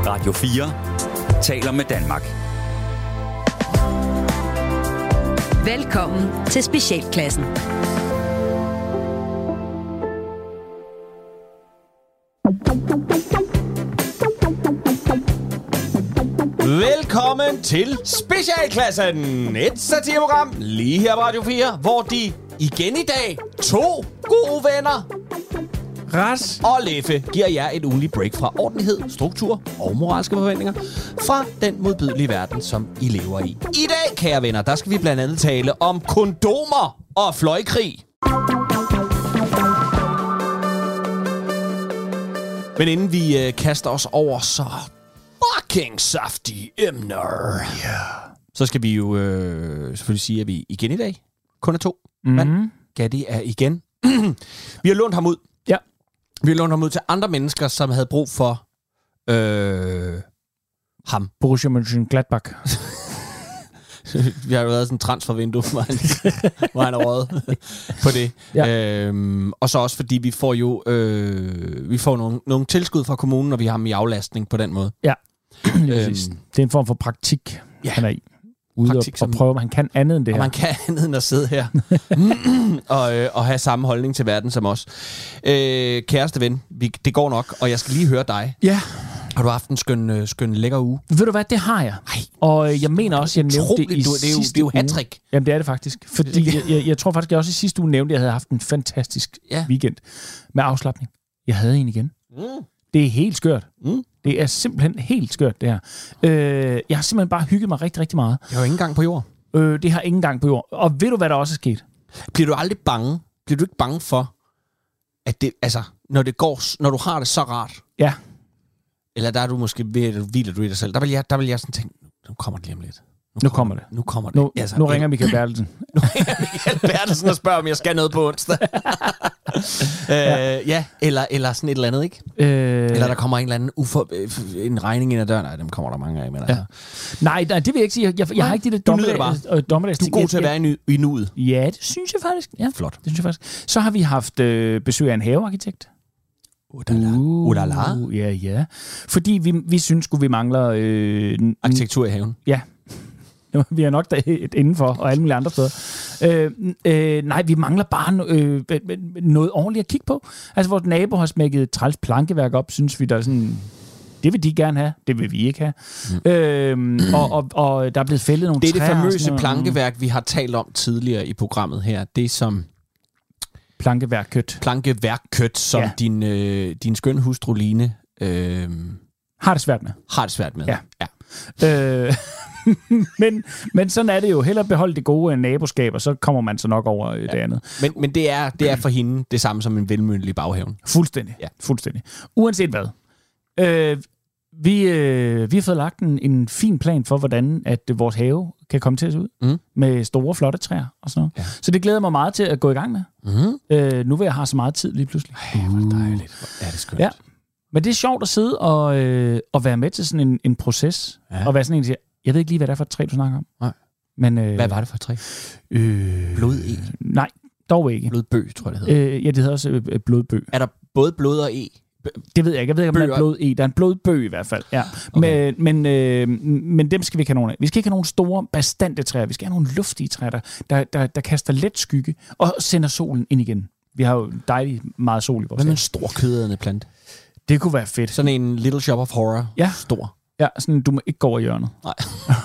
Radio 4 taler med Danmark. Velkommen til Specialklassen. Velkommen til Specialklassen, et satireprogram lige her på Radio 4, hvor de igen i dag to gode venner, Ras og Leffe, giver jer et ugenligt break fra ordentlighed, struktur og moralske forventninger fra den modbydelige verden, som I lever i. I dag, kære venner, der skal vi blandt andet tale om kondomer og fløjkrig. Men inden vi kaster os over så fucking saftige emner, så skal vi jo selvfølgelig sige, at vi igen i dag kun er to. Men Gatti er igen. Vi har lånt ham ud. Ja. Vi har lånt ham ud til andre mennesker, som havde brug for ham. Borussia Mönchengladbach. Vi har jo været sådan en transfervindue, hvor han er røget på det. Ja. Og så også fordi vi får jo vi får nogle tilskud fra kommunen, når vi har ham i aflastning på den måde. Ja. Det er en form for praktik, han er i. Ude og prøve, om han kan andet end det her. Og man kan andet end at sidde her og have samme holdning til verden som os. Kæreste ven, det går nok, og jeg skal lige høre dig. Ja. Har du haft en skøn lækker uge? Ved du hvad, det har jeg. Ej, og jeg mener også, jeg nævnte det i sidste uge. Det er jo hat-trick. Jamen, det er det faktisk. Fordi jeg tror faktisk, jeg også i sidste uge nævnte, at jeg havde haft en fantastisk weekend med afslapning. Jeg havde en igen. Det er helt skørt. Det er simpelthen helt skørt, det her. Jeg har simpelthen bare hygget mig rigtig, rigtig meget. Jeg har jo ingen gang på jord. Det har ingen gang på jord. Og ved du, hvad der også er sket? Bliver du aldrig bange? Bliver du ikke bange for, at det, altså, når du har det så rart? Ja. Eller der er du måske hviler du i dig selv. Der vil jeg sådan tænke, nu kommer det lige om lidt. Nu kommer det. Nu ringer Michael Bertelsen. Nu ringer Michael Bertelsen og spørger, om jeg skal noget på onsdag. Eller sådan et eller andet, ikke? Eller der kommer en eller anden en regning ind ad døren. Nej, dem kommer der mange af. Men altså. Nej, det vil jeg ikke sige. Jeg har ikke de der dommedagsting. Du er god til at være i nuet. Ja, det synes jeg faktisk. Ja, flot. Det synes jeg faktisk. Så har vi haft besøg af en havearkitekt. Ja. Fordi vi synes, vi mangler arkitektur i haven. Ja. Vi er nok der indenfor, og alle mulige andre steder. Nej, vi mangler bare noget ordentligt at kigge på. Altså, vores nabo har smækket et træls plankeværk op, synes vi, der er sådan... Det vil de gerne have, det vil vi ikke have. Og der er blevet fældet nogle træer. Det er det famøse plankeværk, vi har talt om tidligere i programmet her. Det er som... Plankeværkkødt, som din skønne hustru Line... har det svært med. Ja. Men sådan er det jo. Hellere beholde det gode naboskab, og så kommer man så nok over det andet. Men det er for hende det samme som en velmødelig i baghaven. Fuldstændig. Ja. Fuldstændig. Uanset hvad. Vi har fået lagt en fin plan for, hvordan at vores have kan komme til at se ud. Med store, flotte træer og sådan noget. Ja. Så det glæder mig meget til at gå i gang med. Nu vil jeg have så meget tid lige pludselig. Hvor dejligt. Ja, det er skønt. Ja. Men det er sjovt at sidde og være med til sådan en proces. Ja. Og være sådan en, der siger, jeg ved ikke lige, hvad det er for et træ, du snakker om. Nej. Men, hvad var det for et træ? Blod-e? Nej, dog ikke. Blodbøg, tror jeg, det hedder. Ja, det hedder også blodbøg. Er der både blod og e? Det ved jeg ikke. Jeg ved ikke, om der er blod-e. Der er en blodbøg i hvert fald. Ja. Okay. Men dem skal vi ikke have nogen af. Vi skal ikke have nogle store, bastante træer. Vi skal have nogle luftige træer, der kaster let skygge og sender solen ind igen. Vi har jo dejligt meget sol i vores. Hvad med en stor kødædende plante? Det kunne være fedt. Sådan en Little Shop of Horror. Ja. Stor. Ja, sådan du må ikke gå over hjørnet. Nej.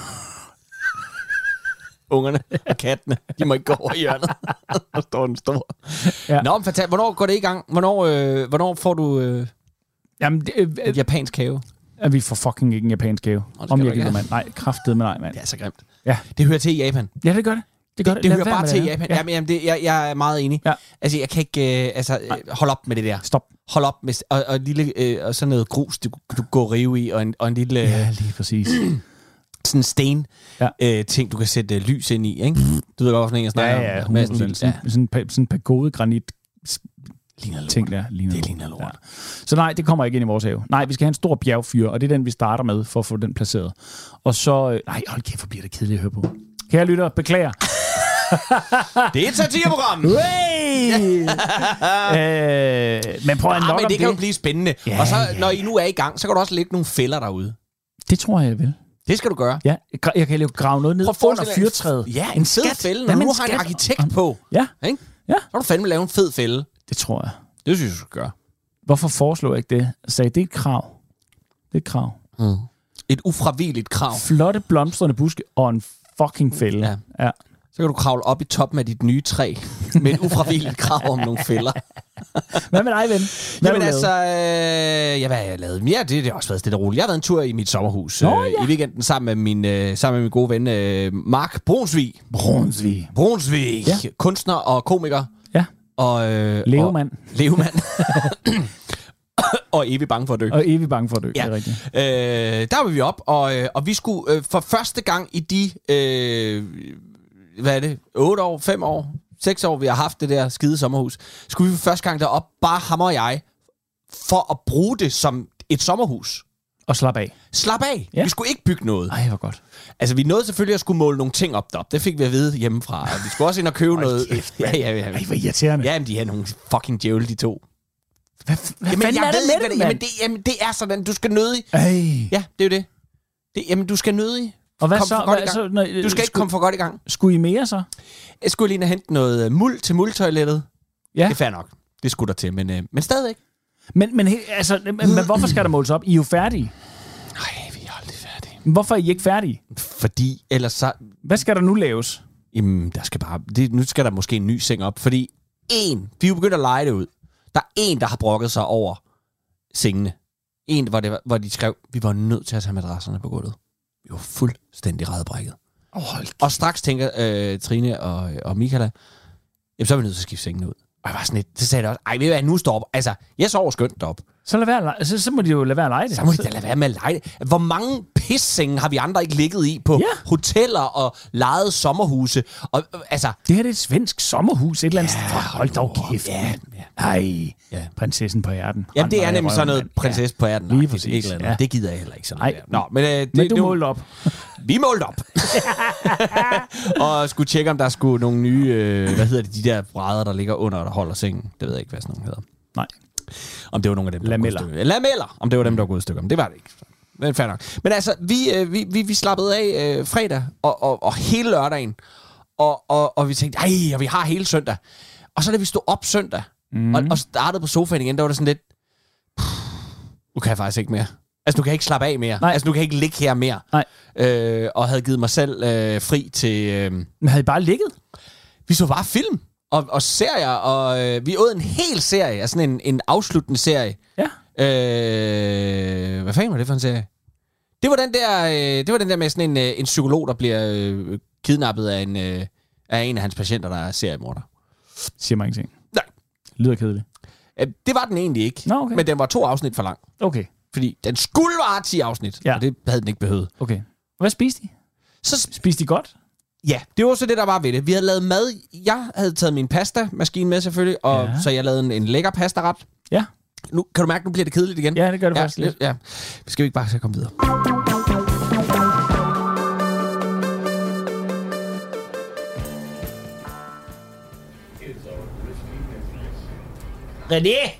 Ungerne og kattene, de må ikke gå over hjørnet. Der står den stor. Ja. Nå, men hvornår går det i gang? Hvornår får du japansk have? Ja, vi får fucking ikke en japansk have. Om jeg gider, mand. Nej, kraftedeme nej, mand. Det er så grimt. Ja. Det hører til i Japan. Ja, det gør det. Det hører bare til i Japan. Ja. Jamen, jeg er meget enig. Ja. Altså, jeg kan ikke... hold op med det der. Stop. Hold op med... Og lille, sådan noget grus, du går og rive i, og en lille... Ja, lige præcis. Sådan en sten ting, du kan sætte lys ind i, ikke? Du ved godt, hvordan jeg snakker om. Sådan en pagode-granit ting der. Det ligner lort. Ja. Så nej, det kommer ikke ind i vores have. Nej, vi skal have en stor bjergfyr, og det er den, vi starter med, for at få den placeret. Og så... nej, hold kæft, hvor bliver det kedeligt at høre på. Kære lytter, beklager. Det er et satireprogram. Hey! Men prøv at nok men om det kan jo blive spændende. Og så, når I nu er i gang, så kan du også lægge nogle fælder derude. Det tror jeg vil. Det skal du gøre. Ja, jeg kan jo grave noget ned under fyrtræet. Ja, en fed fælde, når nu har en arkitekt på. Ja. Ikke? Ja. Så kan du fandme lave en fed fælde. Det tror jeg. Det synes jeg, du skal gøre. Hvorfor foreslår jeg ikke det? Jeg sagde, det er et krav. Det er et krav. Et ufravigeligt krav. Flotte blomstrende buske og en fucking fælde. Ja. Så kan du kravle op i toppen af dit nye træ med et ufravigeligt krav om nogle fælder. Hvad med dig, ven? Jamen altså, hvad har jeg lavet? Ja, det har også været stille og roligt. Jeg har været en tur i mit sommerhus i weekenden sammen med min gode ven Mark Brunsvig. Brunsvig. Ja. Kunstner og komiker. Ja. Og levemand. Og evig bange for at dø. Ja. Det er rigtigt. Der var vi op, og vi skulle for første gang i de 8 år, 5 år, 6 år, vi har haft det der skide sommerhus, skulle vi for første gang derop, bare hammer og jeg, for at bruge det som et sommerhus. Og slap af. Ja. Vi skulle ikke bygge noget. Ej, hvor godt. Altså, vi nåede selvfølgelig at skulle måle nogle ting op derop. Det fik vi at vide hjemmefra. Og vi skulle også ind og købe noget. Kæft, Ej, hvor irriterende. Ja, men de har nogle fucking djævle, de to. Hvad fanden er det med det, jamen, det er sådan, du skal nødig. Ej. Ja, det er jo det. Jamen, du skal nødig. Og hvad så? Du skal ikke komme for godt i gang. Skulle I mere så? Jeg skulle lige hente noget muld til muldtoilettet. Ja. Det er fair nok. Det skulle der til, men stadigvæk. Men hvorfor skal der måles op? I er jo færdige. Nej, vi er aldrig færdige. Hvorfor er I ikke færdige? Fordi ellers så... Hvad skal der nu laves? Jamen, nu skal der måske en ny seng op, fordi vi er jo begyndt at lege det ud. Der er en, der har brokket sig over sengene. Hvor de skrev, vi var nødt til at tage madrasserne på gulvet. Vi var fuldstændig rædebrækket. Og straks tænker Trine og Michaela, jamen, så er vi nødt til at skifte sengene ud. Og jeg var sådan lidt, så sagde jeg også, ved du hvad, nu står op. Altså, jeg sover skønt derop. Så må de jo lade være at lege det. Så må de da lade være med at lege det. Hvor mange pissenge har vi andre ikke ligget i på hoteller og lejede sommerhuse? Og, altså, det her er et svensk sommerhus et eller andet sted. Hold dog kæft. Ja. Ej, prinsessen på ærten. Jamen, det er nemlig sådan noget prinsesse på ærten. Lige præcis. Ja. Det gider jeg heller ikke sådan. Nej. Nå, men du målte op. Vi målte op. Og skulle tjekke, om der skulle nogle nye, de der brædder, der ligger under, der holder sengen. Det ved jeg ikke, hvad sådan nogle hedder. Nej. Om det var nogle af dem, der Lameller. Om det var dem, der var gået i stykker. Men det var det ikke. Men fair nok. Men altså, vi slappede af fredag og hele lørdagen. Og vi tænkte, og vi har hele søndag. Og så da vi stod op søndag, og startede på sofaen igen, der var det sådan lidt, nu kan jeg faktisk ikke mere. Altså, nu kan jeg ikke slappe af mere. Nej. Altså, nu kan jeg ikke ligge her mere. Nej. Og havde givet mig selv fri til... Men havde I bare ligget? Vi så bare film og serier, og vi åd en hel serie, altså en afsluttende serie. Ja. Hvad fanden var det for en serie? Det var den der med sådan en psykolog, der bliver kidnappet af en af hans patienter, der er seriemorder. Siger mig ingenting. Nej. Lyder kedeligt. Det var den egentlig ikke. Nå, okay. Men den var 2 afsnit for lang. Okay. Fordi den skulle vare 10 afsnit, og det havde den ikke behøvet. Okay. Hvad spiste I? Så spiste I godt? Ja, det var så det, der var ved det. Vi havde lavet mad. Jeg havde taget min pasta-maskine med selvfølgelig, og så jeg lavede en lækker pasta-ret. Ja. Nu kan du mærke, nu bliver det kedeligt igen. Ja, det gør det faktisk lidt. Ja. Skal vi ikke bare komme videre? René?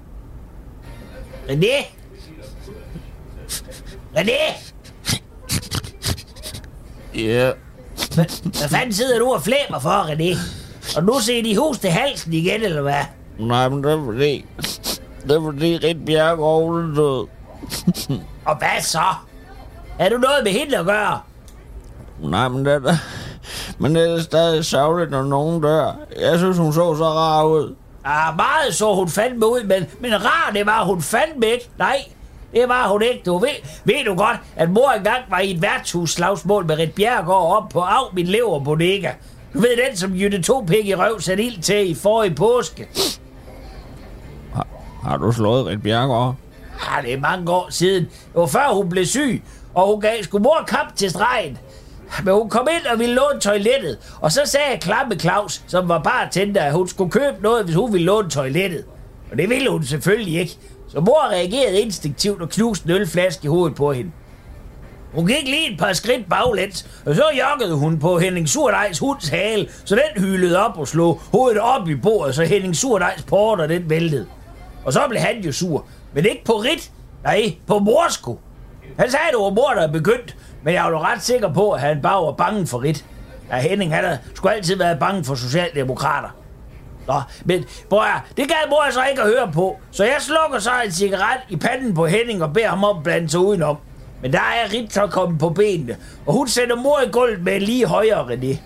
Ja. Hvad fanden sidder du og flæber for, René? Og nu ser de hus til halsen igen, eller hvad? Nej, men det er fordi Rit Bjerregaard er død. Og hvad så? Er du noget med hende at gøre? Nej, men det er stadig sørgeligt, når nogen dør. Jeg synes, hun så rar ud. Meget så hun fandme ud, men rar, det var hun fandme ikke. Nej, det var hun ikke. Du ved du godt, at mor engang var i et værtshusslagsmål med Rit Bjerregaard op på min lever bodega. Du ved den, som Jytte Topik i røv satte ild til i forrige påske. Har du slået Rit Bjerregaard? Det er mange år siden. Det var før hun blev syg, og hun gav sgu mor kamp til stregen. Men hun kom ind og ville låne toilettet, og så sagde Klamme Claus, som var bartender, at hun skulle købe noget, hvis hun ville låne toilettet. Og det ville hun selvfølgelig ikke. Så mor reagerede instinktivt og knuste en ølflaske i hovedet på hende. Hun gik lige et par skridt baglæns, og så joggede hun på Henning Surdejs hunds hale, så den hylede op og slog hovedet op i bordet, så Henning Surdejs porter den væltede. Og så blev han jo sur, men ikke på Rit, nej, på Morsko. Han sagde, at det var mor, der begyndt, men jeg var jo ret sikker på, at han bare var bange for Rit. Ja, Henning, han har sgu altid været bange for socialdemokrater. Nå, men bror, det gad mor så ikke at høre på, så jeg slukker så en cigaret i panden på Henning og beder ham om at blande sig udenom. Men der er Rit så kommet på benene, og hun sætter mor i gulvet med lige højere René.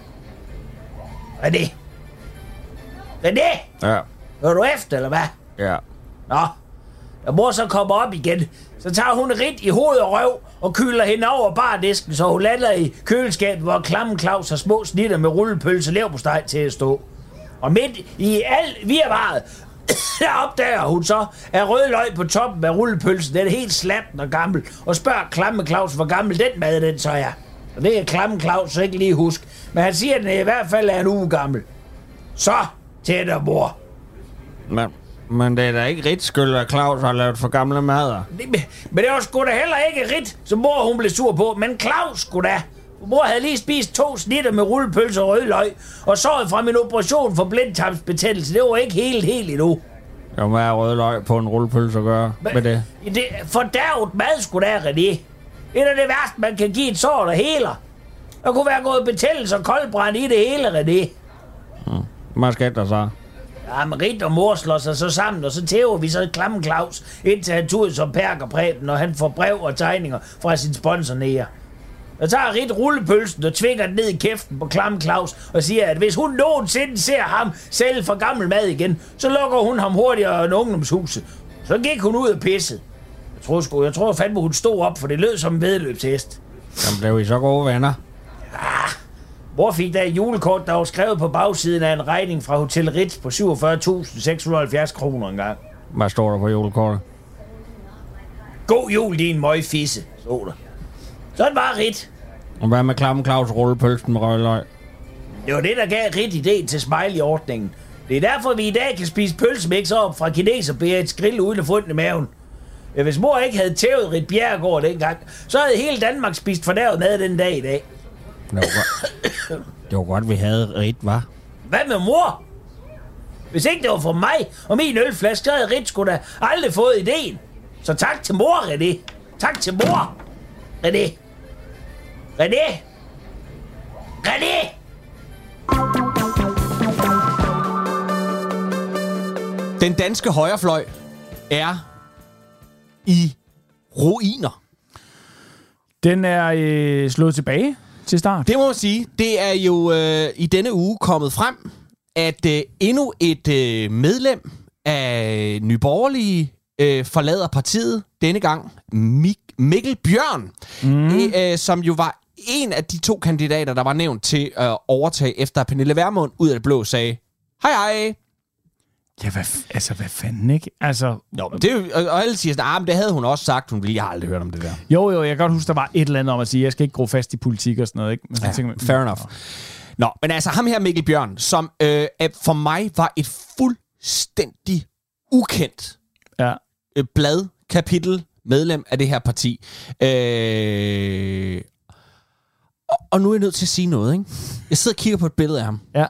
René? Ja. Hører du efter, eller hvad? Ja. Nå, da mor så kommer op igen, så tager hun Rit i hoved og røv og kyler hende over bardisken, så hun lander i køleskabet, hvor Klammen Claus har små snitter med rullepølse og leverpostej til at stå. Og midt i alt virvaret, der opdager hun så, at rød løg på toppen af rullepølsen, den er helt slatten og gammel, og spørger Klammen Claus, hvor gammel den mad den så er. Og det er Klammen Claus så ikke lige huske, men han siger, at den i hvert fald er en uge gammel. Så tætter mor. Men det er da ikke Rits skyld, at Claus har lavet for gamle mader. Men det var sgu da heller ikke Rit, som mor hun blev sur på, men Claus sgu da. Mor havde lige spist 2 snitter med rullepølse og rødløg, og såret fra min operation for blindtarmsbetændelse, det var ikke helt endnu. Jo, hvad er rødløg på en rullepølse at gøre med det? Det fordærvet mad sgu da, René. Et af det værste, man kan give et sår, der heler. Der kunne være gået betændelse og koldbrand i det hele, René. Hvad skal der så? Ja, men Rit og mor slår sig så sammen, og så tæver vi så Klammen Claus, indtil han tog som Perker Preben, når han får brev og tegninger fra sin sponsor Nea. Jeg tager Rit rullepølsen og tvinger den ned i kæften på Klammen Claus og siger, at hvis hun nogensinde ser ham sælge for gammel mad igen, så lukker hun ham hurtigere end ungdomshuset. Så gik hun ud og pissede. Jeg tror fandme, hun stod op, for det lød som en væddeløbshest. Jamen, blev I så gode venner? Ja. Mor fik da et julekort, der var skrevet på bagsiden af en regning fra Hotel Ritz på 47.670 kroner engang. Hvad står der på julekortet? God jul, din møgfisse, stod der. Sådan var Rit. Og hvad med Klammen Claus rullepølsen med rødløg? Det var det, der gav Rit idéen til Smiley-ordningen. Det er derfor, vi i dag kan spise pølsemix op fra kineserbærets grill uden at få den i maven. Ja, hvis mor ikke havde tævet Rit Bjerregaard dengang, så havde hele Danmark spist fordærvet mad den dag i dag. Det var godt, vi havde Rit, hva'? Hvad med mor? Hvis ikke det var for mig og min ølflaske, så havde Rit sgu da aldrig fået ideen. Så tak til mor, René. Tak til mor, René. René. René. Den danske højrefløj er i ruiner. Den er slået tilbage til start. Det må man sige. Det er jo i denne uge kommet frem, at endnu et medlem af Nye Borgerlige forlader partiet. Denne gang Mikkel Bjørn, som jo var en af de 2 kandidater, der var nævnt til at overtage, efter Pernille Vermund ud af det blå sagde, hej. Ja, hvad fanden, ikke? Altså, jo, det er jo, og alle siger sådan, men det havde hun også sagt, hun ville. Jeg har aldrig hørt om det der. Jo, jeg kan godt huske, der var et eller andet om at sige, jeg skal ikke gro fast i politik og sådan noget, ikke? Men ja, tænker, fair enough. Nå, men altså ham her, Mikkel Bjørn, som for mig var et fuldstændig ukendt bladkapitel medlem af det her parti. Og nu er jeg nødt til at sige noget, ikke? Jeg sidder og kigger på et billede af ham. Ja.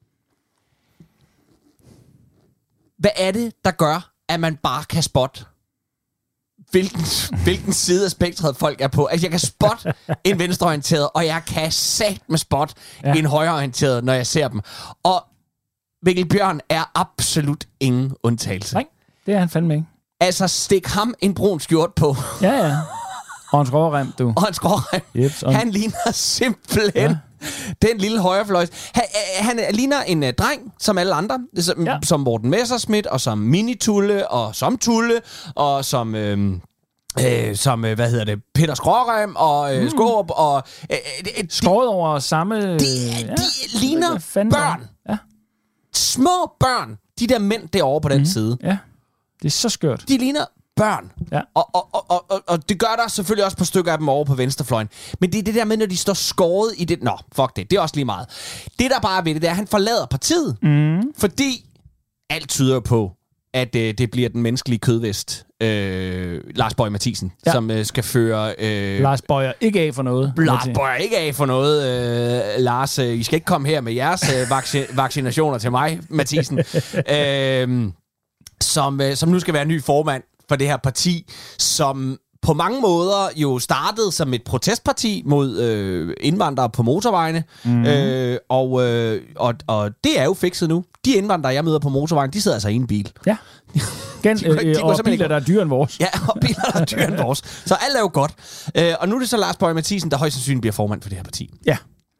Hvad er det, der gør, at man bare kan spotte, hvilken side af spektret folk er på? Altså, jeg kan spotte en venstreorienteret, og jeg kan satme spotte en højreorienteret, når jeg ser dem. Og Mikkel Bjørn er absolut ingen undtagelse. Nej, det er han fandme ikke. Altså, stik ham en brun skjort på. Ja. Og en skrårem, du. Og en skrårem. Jeps, han ligner simpelthen den lille højrefløjs. Han ligner en dreng, som alle andre. Som Morten Messerschmidt, og som Mini-Tulle, og som Tulle, og som Peter Skrårem, og Skåb, og... skåret over samme... De ligner børn. Ja. Små børn. De der mænd derovre på den side. Ja, det er så skørt. De ligner børn. Ja. Og det gør der selvfølgelig også på stykker af dem over på venstrefløjen. Men det er det der med, når de står skåret i det... Nå, fuck det. Det er også lige meget. Det der bare er ved det, er, at han forlader partiet. Fordi alt tyder på, at det bliver den menneskelige kødvest, Lars Boje Mathiesen, som skal føre... Lars bøjer ikke af for noget. Lars bøjer ikke af for noget. Lars, I skal ikke komme her med jeres vaccinationer til mig, Mathiesen. Som nu skal være ny formand for det her parti, som på mange måder jo startede som et protestparti mod indvandrere på motorvejene. Og det er jo fikset nu. De indvandrere, jeg møder på motorvejen, de sidder altså i en bil. Ja. Og biler, der er dyrere end vores. Ja, og biler, der er dyrere end vores. Så alt er jo godt. Og nu er det så Lars Boje Mathiesen, der højst sandsynligt bliver formand for det her parti. Ja.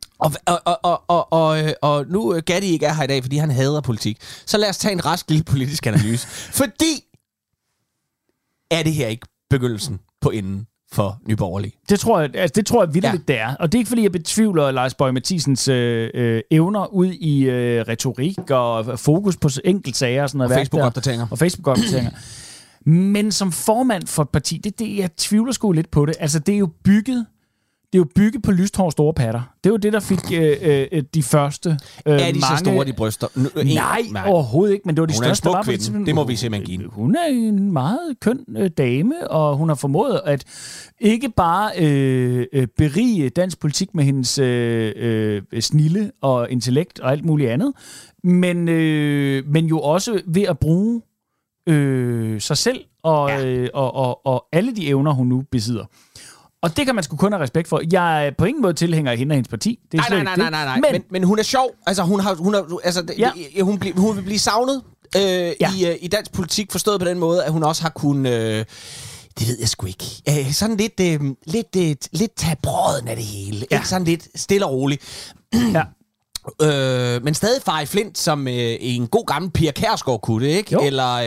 Og nu Gatti ikke er her i dag, fordi han hader politik. Så lad os tage en rask lille politisk analyse. Fordi er det her ikke begyndelsen på enden for Nye Borgerlige? Det tror jeg vitterligt, det er. Og det er ikke, fordi jeg betvivler Lars Boje Mathiesens evner ud i retorik og fokus på enkeltsager og sådan noget. Og Facebook-opdateringer. Men som formand for et parti, jeg tvivler sgu lidt på det. Altså, det er jo bygget på lysthårde store patter. Det er jo det, der fik de første er de mange... så store, de bryster? Nej, overhovedet ikke, men det var de største. Hun er en smuk kvinde. Det må vi simpelthen give. Hun er en meget køn dame, og hun har formået at ikke bare berige dansk politik med hendes snilde og intellekt og alt muligt andet, men jo også ved at bruge sig selv og alle de evner, hun nu besidder. Og det kan man sgu kun have respekt for. Jeg er på ingen måde tilhænger af hende og hendes parti. Det er nej. Men hun er sjov. Altså, hun vil blive savnet i dansk politik, forstået på den måde, at hun også har kunnet... det ved jeg sgu ikke. Sådan lidt tage brøden af det hele. Ikke sådan lidt stille og roligt. Ja. Men stadig far i flint som en god gammel Pia Kjærsgaard kunne det, ikke?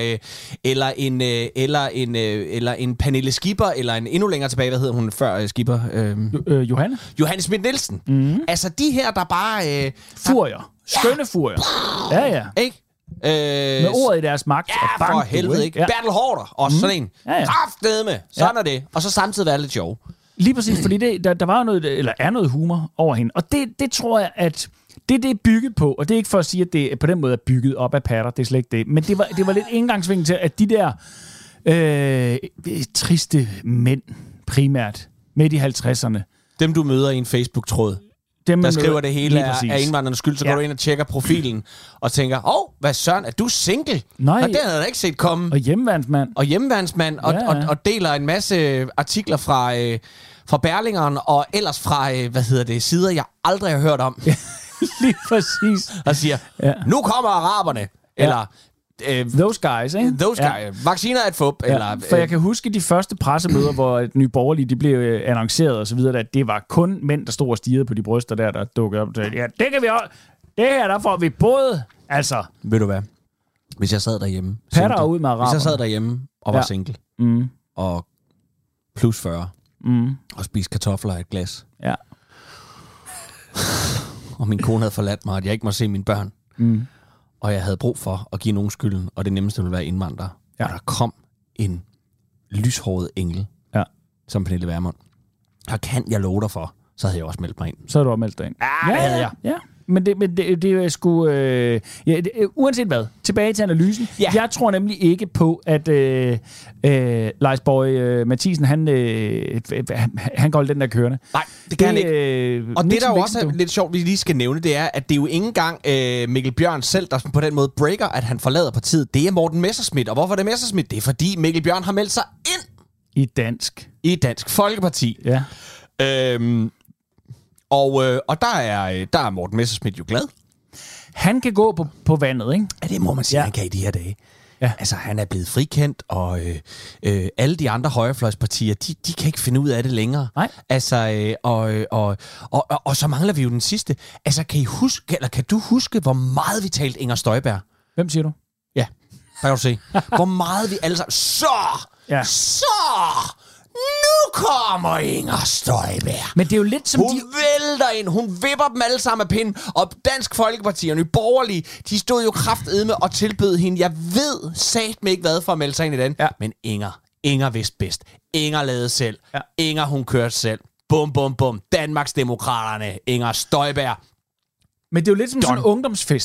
Eller en Pernille Skipper, eller en endnu længere tilbage, hvad hedder hun før Skipper? Johanne Schmidt-Nielsen. Altså de her, der bare... furier. Skønne furier. Ja. Ikke? Med ordet i deres magt. Ja, for helvede, ikke? Bertel Haarder, også sådan en. Kraftedeme. Sådan er det. Og så samtidig være lidt sjov. Lige præcis, fordi der var noget, eller er noget humor over hende. Og det tror jeg, at det er bygget på, og det er ikke for at sige, at det på den måde er bygget op af patter, det er slet ikke det. Men det var lidt indgangsvinkel til, at de der triste mænd, primært, midt i 50'erne. Dem, du møder i en Facebook-tråd, der skriver det hele af indvandrernes skyld, så går du ind og tjekker profilen, og tænker, hvad søren, er du single? Nej. Og det havde jeg ikke set komme. Og hjemmeværnsmand. Og deler en masse artikler fra Berlingeren, og ellers fra, sider, jeg aldrig har hørt om. Lige præcis. Og siger, nu kommer araberne. Eller... those guys, ikke? Those guys. Vacciner er et fup. Eller, for jeg kan huske de første pressemøder, hvor Nye Borgerlige de blev annonceret og så videre, at det var kun mænd, der stod og stirrede på de bryster der dukkede op. Ja, det kan vi også. Det her, der får vi både... Altså... Ved du hvad? Hvis jeg sad derhjemme... Patter ud med araberne. Hvis jeg sad derhjemme og var single, og plus 40, og spiste kartofler i et glas, og min kone havde forladt mig, at jeg ikke må se mine børn, og jeg havde brug for at give nogen skylden, og det nemmeste ville være indvandrere. Og der kom en lyshåret engel, som Pernille Vermund. Og kan jeg love dig for, så havde jeg også meldt mig ind. Så havde du også meldt dig ind. Ja, det havde jeg. Ja. Men det er sgu... uanset hvad, tilbage til analysen. Ja. Jeg tror nemlig ikke på, at Lars Boje Mathiesen, han kan holde den der kørende. Nej, det kan han ikke. Og det, der jo også er lidt sjovt, vi lige skal nævne, det er, at det er jo ikke engang Mikkel Bjørn selv, der på den måde breaker, at han forlader partiet. Det er Morten Messerschmidt. Og hvorfor er det Messerschmidt? Det er, fordi Mikkel Bjørn har meldt sig ind i Dansk Folkeparti. Ja. Og der er Morten Messerschmidt jo glad. Han kan gå på vandet, ikke? Ja, det må man sige, han kan i de her dage. Ja. Altså, han er blevet frikendt, og alle de andre højrefløjspartier, de kan ikke finde ud af det længere. Nej. Altså, og så mangler vi jo den sidste. Altså, kan du huske, hvor meget vi talte Inger Støjberg? Hvem siger du? Ja, der kan du se. Hvor meget vi alle sammen... Så! Nu kommer Inger Støjberg. Men det er jo lidt som hun vælter ind. Hun vipper dem alle sammen af pinden. Og Dansk Folkeparti og Nye Borgerlige, de stod jo kraftedme og tilbød hende. Jeg ved satme ikke hvad for at melde sig ind i den. Ja. Men Inger vidste bedst. Inger lavede selv. Ja. Inger, hun kørte selv. Bum, bum, bum. Danmarksdemokraterne. Inger Støjberg. Men det er jo lidt som sådan en ungdomsfest, ikke?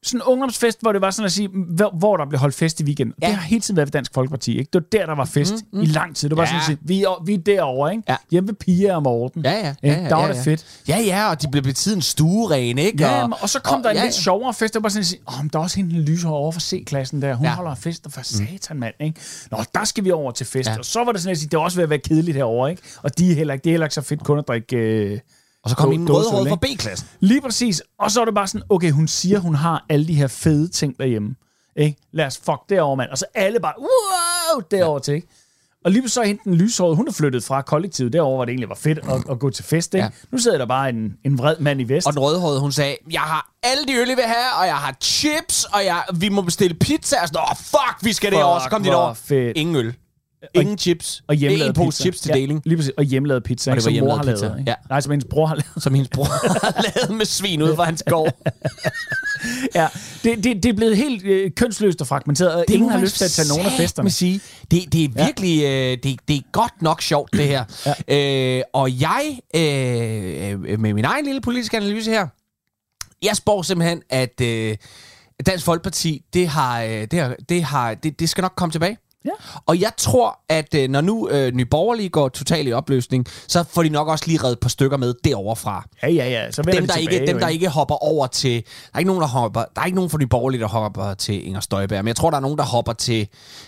sådan en ungdomsfest, hvor det var sådan at sige, hvor der blev holdt fest i weekenden. Ja. Det har hele tiden været ved Dansk Folkeparti, ikke? Det var der var fest i lang tid. Det var sådan at sige, vi er derovre, ikke? Ja. Hjemme ved Pia og Morten. Der var det fedt. Ja, og de blev ved tiden stuerene, ikke? Ja, og så kom der en lidt sjovere fest. Det var sådan at sige, der er også hende lyshår over for C-klassen der. Hun holder fest, og for satan, mand, ikke? Nå, der skal vi over til fest. Ja. Og så var det sådan at sige, det er også ved at være kedeligt herovre, ikke? Og det er heller ikke så fedt kun at drikke... Og så kom en rødhåret fra B-klassen. Lige præcis. Og så er det bare sådan, okay, hun siger, hun har alle de her fede ting derhjemme. Ikke? Lad os fuck derovre, mand. Og så alle bare, wow, derovre til, ikke? Og lige så hende den lyshårede, hun er flyttet fra kollektivet derovre, hvor det egentlig var fedt at gå til fest, ikke? Ja. Nu sidder der bare en vred mand i vest. Og den rødhårede, hun sagde, jeg har alle de øl, I vil have, og jeg har chips, og vi må bestille pizza. Og sådan, fuck, vi skal derovre. Så kom de derovre. Fedt. Ingen øl. Ingen chips. Og hjemmelavet pizza. Pose chips til deling. Lige præcis. Og hjemmelavet pizza, og det var som mor har lavet. Ja. Nej, som hendes bror har lavet. Som hendes bror har lavet med svin ud fra hans gård. Ja, det er blevet helt kønsløst og fragmenteret, og ingen har lyst til at tage nogen af festerne. Sige. Det er virkelig, det er godt nok sjovt, det her. Ja. Og jeg, med min egen lille politiske analyse her, jeg spår simpelthen, at Dansk Folkeparti, det skal nok komme tilbage. Ja. Og jeg tror, at når nu Nye Borgerlige går totalt i opløsning, så får de nok også lige reddet et par stykker med derovre fra. Ja. Så dem, der ikke hopper over til... Der er ikke nogen fra Nye Borgerlige, der hopper til Inger Støjberg, men jeg tror, der er nogen, der hopper til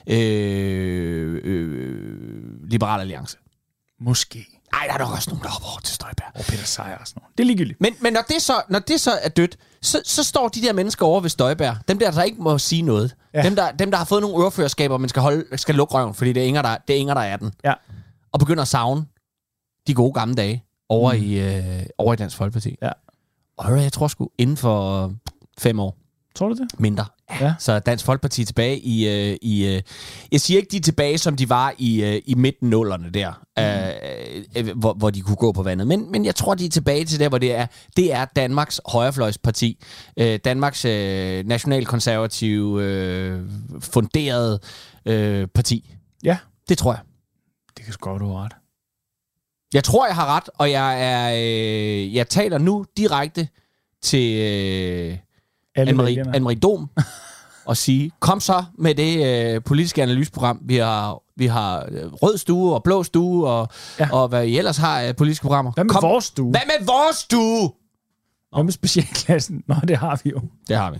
Liberal Alliance. Måske. Nej, der er nok også nogen, der hopper over til Støjberg. Og Peter Sejer og sådan noget. Det er ligegyldigt. Men når det så er dødt, så står de der mennesker over ved Støjberg. Dem der ikke må sige noget. Ja. Dem, der har fået nogle øreførerskaber, men skal lukke røven, fordi det er Inger, der er den. Ja. Og begynder at savne de gode gamle dage over i Dansk Folkeparti. Ja. Og jeg tror sgu, inden for 5 år. Tror du det? Mindre. Ja. Så Dansk Folkeparti tilbage i jeg siger ikke, de er tilbage, som de var i midten-nullerne der, hvor de kunne gå på vandet. Men jeg tror, de er tilbage til der, hvor det er Danmarks højrefløjsparti. Danmarks nationalkonservative funderede parti. Ja. Det tror jeg. Det kan sgu godt, du har ret. Jeg tror, jeg har ret, og jeg taler nu direkte til... Anne-Marie Dom og sige, kom så med det politiske analyseprogram. Vi har rød stue og blå stue og hvad I ellers har politiske programmer. Hvad med vores stue? Hvad med vores stue? Hvad med specialklassen? Nå, det har vi jo. Det har vi.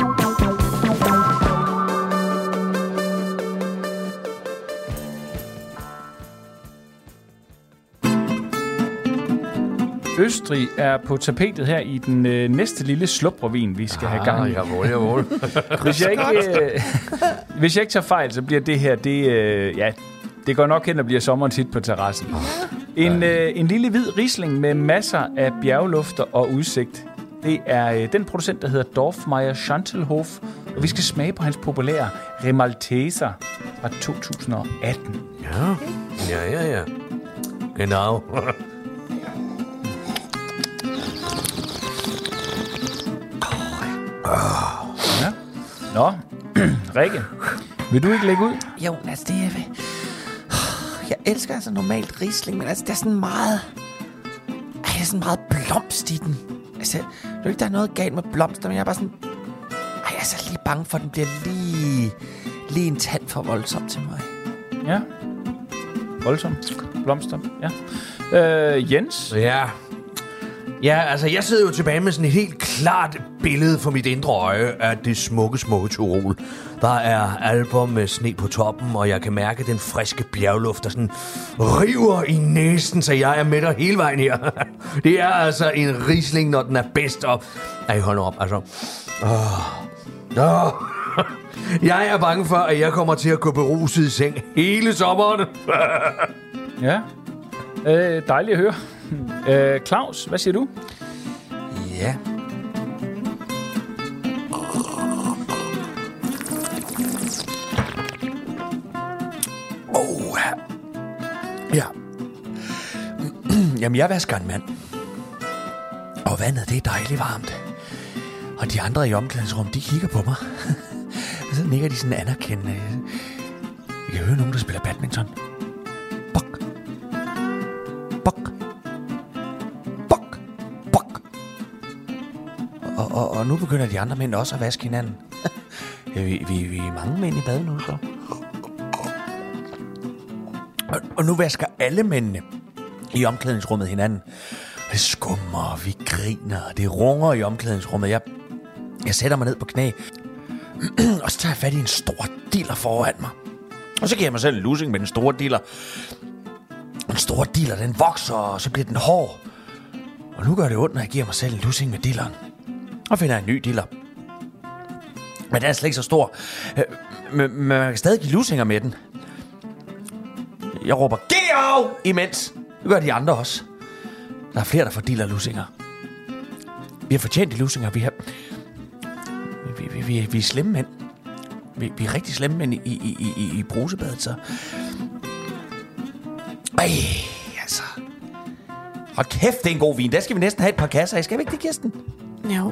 Østrig er på tapetet her i den næste lille slubrevin, vi skal have gang i. Jawohl. Hvis jeg ikke tager fejl, så bliver det her, det går nok hen og bliver sommeren tit på terrassen. En lille hvid Riesling med masser af bjerglufter og udsigt. Det er den producent, der hedder Dorfmeier Chantelhof, og vi skal smage på hans populære Remalteser fra 2018. Ja. Genau. Ja. Nå, Rikke, vil du ikke lægge ud? Jo, altså det er... Jeg elsker altså normalt Riesling, men altså der er sådan meget... Der er sådan meget blomst i den. Altså, det er ikke, der er noget galt med blomster, men jeg er bare sådan... Jeg er så lige bange for, at den bliver lige en tand for voldsom til mig. Ja. Voldsom. Blomster, ja. Jens? Ja, altså jeg sidder jo tilbage med sådan et helt klart billede for mit indre øje af det smukke Tyrol. Der er alper med sne på toppen, og jeg kan mærke den friske bjergluft, der sådan river i næsen, så jeg er med dig hele vejen her. Det er altså en Riesling, når den er bedst op. Ej, hold nu op, altså. Jeg er bange for, at jeg kommer til at gå beruset i seng hele sommeren. Ja, dejligt at høre. Claus, hvad siger du? Ja. Ja. Jamen, jeg vasker en mand. Og vandet, det er dejligt varmt. Og de andre i omklædningsrum, de kigger på mig. Og så nikker de sådan anerkendende. Jeg kan høre nogen, der spiller badminton. Bok. Og nu begynder de andre mænd også at vaske hinanden. vi er mange mænd i bad nu, så. Og nu vasker alle mændene i omklædningsrummet hinanden. Det skummer, vi griner, det runger i omklædningsrummet. Jeg sætter mig ned på knæ, og så tager jeg fat i en stor diller foran mig. Og så giver jeg mig selv en lussing med den store diller. Den store diller, den vokser, og så bliver den hård. Og nu gør det ondt, når jeg giver mig selv en lussing med dilleren. Og finder en ny diller. Men den er slet ikke så stor. Men man kan stadig give lussinger med den. Jeg råber, giv af, imens. Det gør de andre også. Der er flere, der får diller-lussinger. Vi har fortjent de lussinger. Vi er slemme mænd. Vi er rigtig slemme mænd i brusebadet, så. Altså. Hold kæft, det er en god vin. Der skal vi næsten have et par kasser. Skal vi ikke det, Kirsten? Jo.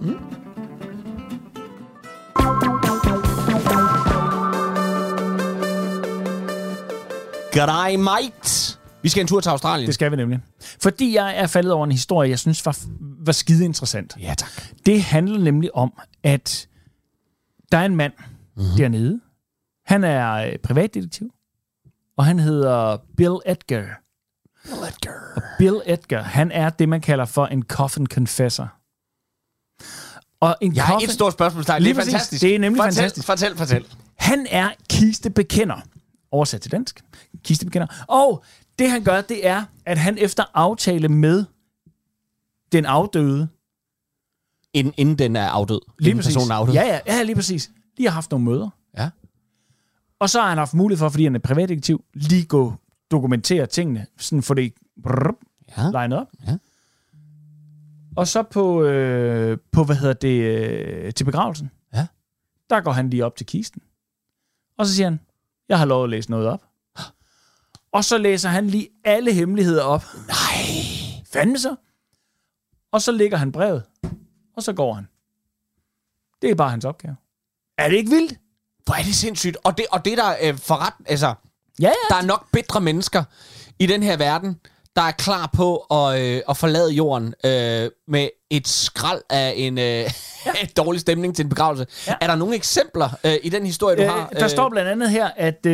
Goddag, mate. Vi skal en tur til Australien. Det skal vi nemlig. Fordi jeg er faldet over en historie, jeg synes var skide interessant. Ja, tak. Det handler nemlig om, at der er en mand dernede. Han er privatdetektiv, og han hedder Bill Edgar. Og Bill Edgar, han er det, man kalder for en coffin confessor. Og en Jeg har et stort spørgsmål. Det er fantastisk. Det er nemlig fantastisk. Fortæl. Han er kistebekender. Oversat til dansk. Kistebekender. Og det han gør, det er, at han efter aftale med den afdøde... Inden den er afdød. Lige præcis. Personen er afdød. Ja, lige præcis. De har haft nogle møder. Ja. Og så har han haft mulighed for, fordi han er privatdetektiv, lige gå dokumentere tingene, sådan for det legnet op. Ja. Og så på til begravelsen, der går han lige op til kisten. Og så siger han, jeg har lov at læse noget op. Og så læser han lige alle hemmeligheder op. Nej, fandme så. Og så lægger han brevet, og så går han. Det er bare hans opgave. Er det ikke vildt? Hvor er det sindssygt. Og det der forret... Altså, Ja. der er nok bedre mennesker i den her verden, der er klar på at forlade jorden med et skrald af en dårlig stemning til en begravelse. Ja. Er der nogle eksempler i den historie, du har? Der står blandt andet her, at...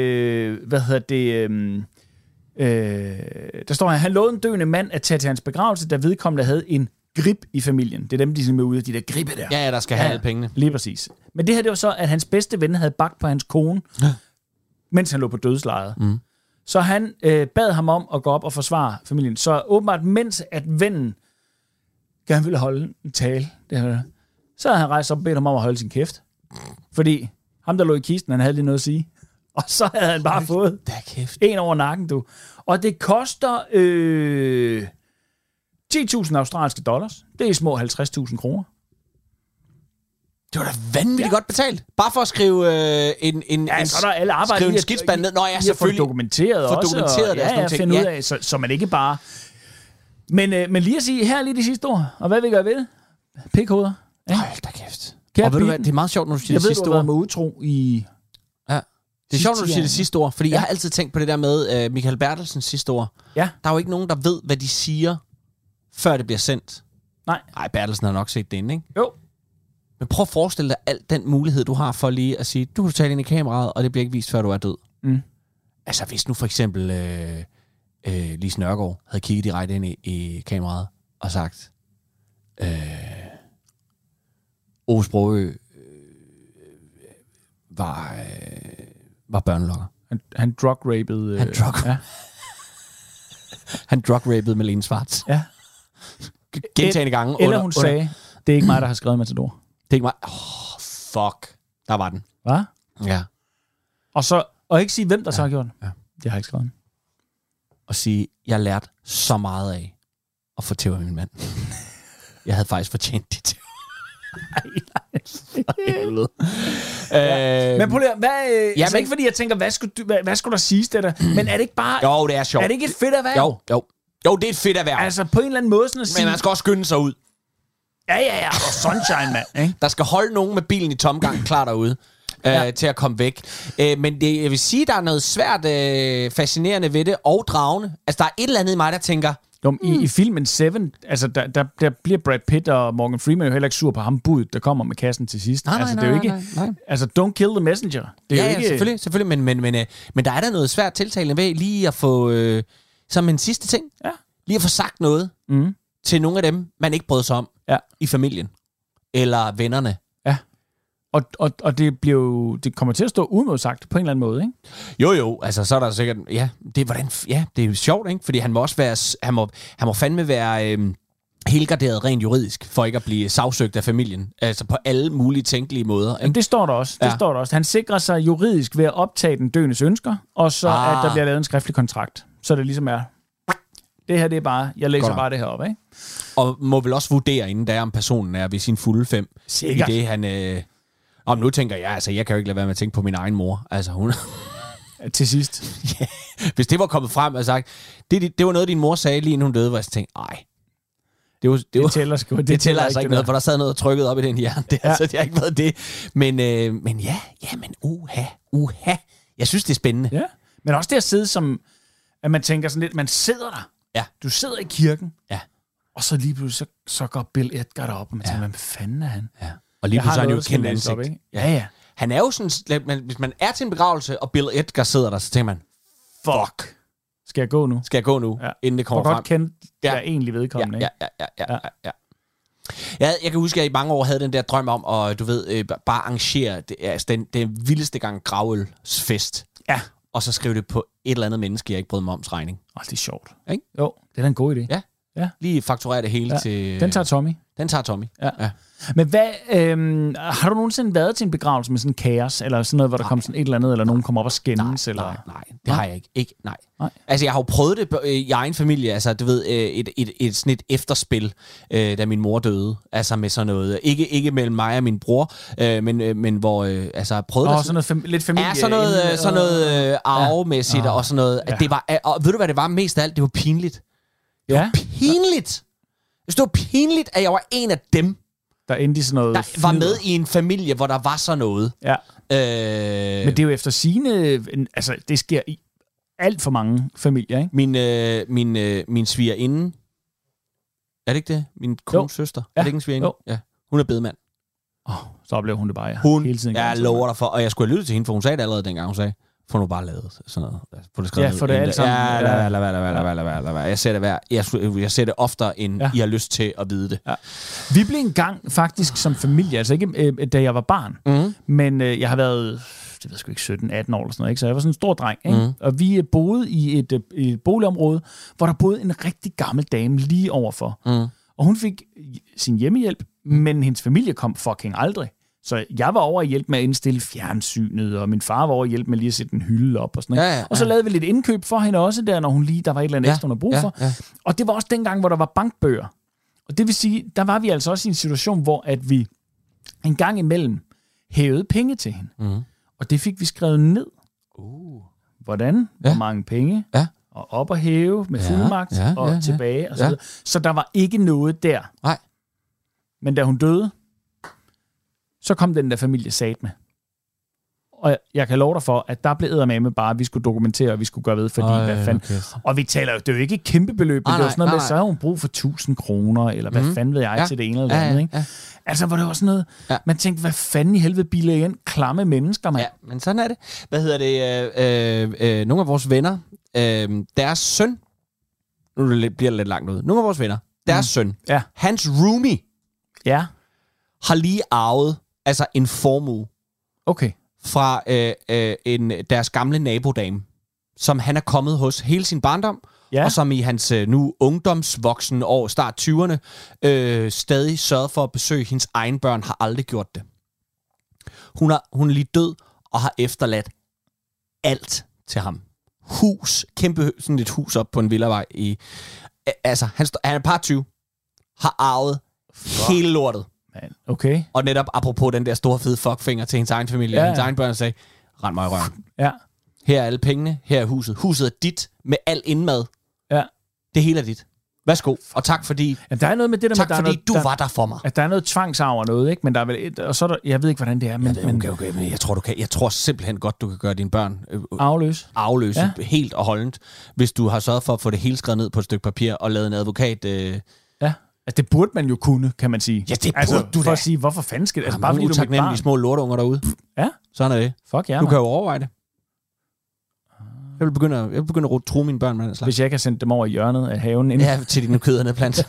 der står her, han lovede en døende mand at tage til hans begravelse, da vedkommende havde en grib i familien. Det er dem, de simpelthen er ude af de der gribbe der. Ja, der skal have alle pengene. Lige præcis. Men det her, det var så, at hans bedste ven havde bagt på hans kone, mens han lå på dødslejet. Mm. Så han bad ham om at gå op og forsvare familien. Så åbenbart, mens at vennen gerne ville holde en tale, så havde han rejst op og bedt ham om at holde sin kæft. Fordi ham, der lå i kisten, han havde lige noget at sige. Og så havde han bare fået en over nakken, du. Og det koster 10.000 australske dollars. Det er små 50.000 kroner. Det var da vanvittigt godt betalt. Bare for at skrive så er der alle arbejde. Skrive en skitsband ned. Nå ja, selvfølgelig. For dokumenteret også. Dokumenteret og finde ud af, så man ikke bare... Men lige at sige, her er lige de sidste ord. Og hvad vil jeg gøre ved det? Pikhoveder. Ja. Hold da kæft. Og ved du hvad, det er meget sjovt, når du siger det sidste ord. Jeg ved, du har været med utro i... Ja. Det er sjovt, når du siger det sidste ord, fordi jeg har altid tænkt på det der med Michael Bertelsens sidste ord. Ja. Der er jo ikke nogen, der ved, hvad de siger, før det bliver sendt. Nej, Bertelsen har nok set det inden, ikke? Jo. Men prøv at forestille dig al den mulighed, du har for lige at sige, du kan tale ind i kameraet, og det bliver ikke vist, før du er død. Mm. Altså, hvis nu for eksempel Lise Nørgaard havde kigget direkte ind i kameraet og sagt, Ove Sprogøe var børnelokker. Han drug-rapede... Han drug-rapede Malene Schwartz. Ja. Gentagende gange. Eller hun sagde, det er ikke mig, der har skrevet Matador. Det er ikke mig. Fuck. Der var den. Hvad? Ja. Og ikke sige, hvem der så har gjort den. Ja. Det har jeg ikke skrevet den. Og sige, jeg lærte så meget af at få tæv af min mand. Jeg havde faktisk fortjent de tæv. Men prøv lige, så ikke fordi jeg tænker, hvad skulle der siges det der? Men er det ikke bare... Jo, det er sjovt. Er det ikke et fedt erhverv? Jo, det er et fedt erhverv. Altså på en eller anden måde sådan at sige... Men man skal også skynde sig ud. Ja. Og sunshine, mand. Ikke? Der skal holde nogen med bilen i tomgang klar derude. Til at komme væk. Men jeg vil sige, der er noget svært fascinerende ved det, og dragende. Altså, der er et eller andet i mig, der tænker, Jo, i filmen Seven, altså der bliver Brad Pitt og Morgan Freeman jo heller ikke sur på ham budet, der kommer med kassen til sidst. Nej, det er jo ikke, altså don't kill the messenger. Det er jo ikke, selvfølgelig, men der er der noget svært tiltalende ved lige at få, som en sidste ting, lige at få sagt noget til nogle af dem, man ikke brød sig om i familien, eller vennerne. Ja. Og det kommer til at stå uimodsagt på en eller anden måde, ikke? Jo, altså så er der sikkert, det er jo sjovt, ikke? Fordi han må også være, han må fandme være helgarderet rent juridisk, for ikke at blive sagsøgt af familien. Altså på alle mulige tænkelige måder. Ikke? Jamen, det står der også. Han sikrer sig juridisk ved at optage den døendes ønsker, og så at der bliver lavet en skriftlig kontrakt. Så det ligesom er, det her det er bare, jeg læser bare det her op, ikke? Og må vel også vurdere, inden der om personen er ved sin fulde 5. Sikkert. I det han... Om nu tænker jeg, altså jeg kan jo ikke lade være med at tænke på min egen mor. Altså hun... Til sidst. Ja. Hvis det var kommet frem og sagt, det var noget, din mor sagde lige inden hun døde, hvor jeg tænkte, ej. Det tæller altså ikke noget, for der sad noget trykket op i den hjerne. Det altså, det har ikke været det. Men uha. Jeg synes, det er spændende. Ja. Men også det at sidde som, at man tænker sådan lidt, man sidder der. Ja. Du sidder i kirken. Ja. Og så lige pludselig, så går Bill Edgar derop, og man tænker, hvad fanden er han? Ja. Og lige pludselig er han jo kendt ansigt. Op, ikke? Ja. Han er jo sådan, hvis man er til en begravelse, og Bill Edgar sidder der, så tænker man, fuck. Skal jeg gå nu? Ja. Inden det kommer frem. Hvor godt kendt jeg egentlig vedkommende, ikke? Ja. Jeg kan huske, at jeg i mange år havde den der drøm om, og du ved, bare arrangere den vildeste gang gravølsfest. Ja. Og så skrive det på et eller andet menneske, jeg ikke brød mig om regning. Det er sjovt. Ikke? Jo, det er da en god idé. Ja. Lige fakturere det hele til... Den tager Tommy. Ja. Men hvad, har du nogensinde været til en begravelse med sådan en kaos, eller sådan noget, hvor der kom sådan et eller andet, eller nogen kommer op og skændes? Nej, det har jeg ikke. Nej. Altså, jeg har jo prøvet det i egen familie, altså, du ved, et sådan et efterspil, da min mor døde, altså med sådan noget, ikke mellem mig og min bror, men hvor, altså, prøvede det sådan noget lidt familie. Ja, sådan noget arvemæssigt, og sådan noget, at det var, og ved du, hvad det var mest af alt? Det var pinligt. Det var pinligt. Det var pinligt, at jeg var en af dem, der endte sådan noget der var med i en familie, hvor der var sådan noget. Ja. Men det er jo efter sigende, altså det sker i alt for mange familier, ikke? Min svigerinde, er det ikke det? Min kones søster, er det ikke en svigerinde? Ja. Hun er bedemand. Så oplever hun det bare, hele tiden. Jeg lover dig for, og jeg skulle have lyttet til hende, for hun sagde det allerede dengang, hun sagde, få nu bare lavet sådan noget. Få det skrevet. Ja, for det alt sammen. Jeg ser det oftere, end I har lyst til at vide det. Ja. Vi blev engang faktisk som familie, altså ikke da jeg var barn, men jeg har været, det ved jeg sgu ikke, 17-18 år eller sådan noget, ikke? Så jeg var sådan en stor dreng, ikke? Og vi boede i et boligområde, hvor der boede en rigtig gammel dame lige overfor. Og hun fik sin hjemmehjælp, men hendes familie kom fucking aldrig. Så jeg var over at hjælpe med at indstille fjernsynet, og min far var over at hjælpe med lige at sætte en hylde op og sådan noget. Og så lavede vi lidt indkøb for hende også der, når der var et eller andet ekstra, hun havde brug for. Og det var også dengang, hvor der var bankbøger. Og det vil sige, der var vi altså også i en situation, hvor at vi en gang imellem hævede penge til hende. Og det fik vi skrevet ned. Hvordan? Hvor mange penge? Og op og hæve med fuldmagt, og tilbage og så videre. Så der var ikke noget der. Nej. Men da hun døde, så kom den der familie satme. Og jeg kan love dig for, at der blev eddermame bare, at vi skulle dokumentere, og vi skulle gøre ved, fordi hvad fanden... Okay. Og vi taler jo, det er jo ikke et kæmpe beløb, men det var sådan noget med, så har hun brug for 1000 kroner, eller hvad fanden ved jeg til det ene eller det andet, ikke? Altså, hvor det var sådan noget... Man tænkte, hvad fanden i helvede biler igen? Klamme mennesker, mand. Ja, men sådan er det. Hvad hedder det? Nogle af vores venner, deres søn... Nu bliver det lidt langt ud. Nogle af vores venner, deres søn, hans roomie, har lige arvet altså en formue. Okay. Fra deres gamle nabodame, som han er kommet hos hele sin barndom, og som i hans nu ungdomsvoksen år, start 20'erne, stadig sørget for at besøge hendes egen børn, har aldrig gjort det. Hun er lige død, og har efterladt alt til ham. Hus, kæmpe sådan et hus op på en villavej i... Altså, han er par 20, har arvet hele lortet. Okay. Og netop apropos den der store fede fuckfinger til hendes egen familie, hendes egen børn sagde, rend mig i røven. Ja. Her er alle pengene, her er huset. Huset er dit, med al indmad. Ja. Det hele er dit. Værsgo, og tak fordi... Ja, der er noget med det der tak med, fordi du var der for mig. At der er noget tvangsarv og noget, ikke? Men der er vel og så er der, jeg ved ikke, hvordan det er, men... Okay, men jeg tror, du kan. Jeg tror simpelthen godt, du kan gøre dine børn... Afløse helt og holdent, hvis du har sørget for at få det hele skrevet ned på et stykke papir og lavet en advokat... Ja. Altså, det burde man jo kunne, kan man sige. Ja, det burde du da. For at sige, hvorfor fanden skal det? Altså, bare fordi du er utaknemmelige små lorteunger derude. Ja. Sådan er det. Fuck ja, du kan jo overveje det. Jeg vil begynde at true mine børn med den slags. Hvis jeg kan sende dem over i hjørnet af haven inden. Ja, til dine køderne plant.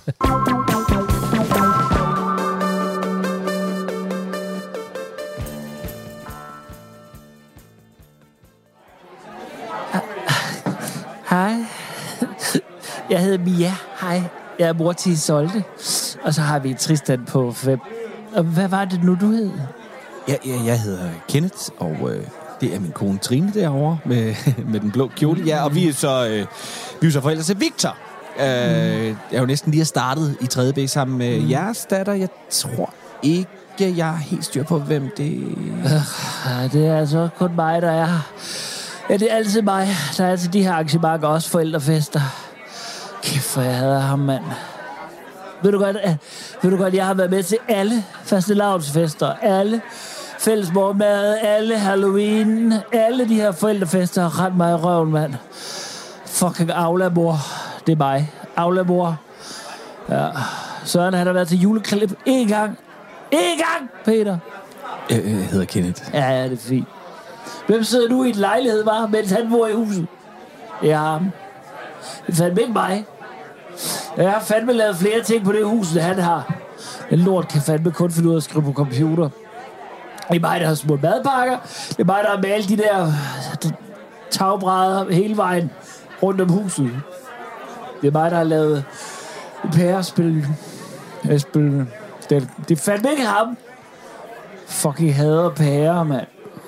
Hej. Jeg hedder Mia. Hej. Jeg er mor til Isolde. Og så har vi Tristan på 5. Og hvad var det nu, du hed? Jeg hedder Kenneth, og det er min kone Trine derovre med den blå kjole. Ja, og vi er så forældre til Victor. Jeg er jo næsten lige startet i 3. B sammen med jeres datter. Jeg tror ikke, jeg har helt styr på, hvem det er. Det er altså kun mig, der er. Ja, det er altid mig. Der er altid de her arrangementer, også forældrefester. Kæft, hvor jeg hader ham, mand. Ved du godt, jeg har været med til alle fastelavnsfester, alle fælles morgenmad, alle Halloween, alle de her forældrefester har rent mig i røven, mand. Fucking Aula-mor. Det er mig. Aula-mor. Ja. Søren, han har været til juleklip én gang. Én gang, Peter. Jeg hedder Kenneth. Ja, det er fint. Hvem sidder nu i en lejlighed, var, mens han bor i huset? Det er ham. Det fandme ikke mig. Jeg har fandme lavet flere ting på det hus, end han har. Den lort kan fandme kun finde ud af at skrive på computer. Det er mig, der har smurt madpakker. Det er mig, der har malet de der tagbrædder hele vejen rundt om huset. Det er mig, der har lavet pærespil. Det er fandme ikke ham. Fucking hader pærer, mand.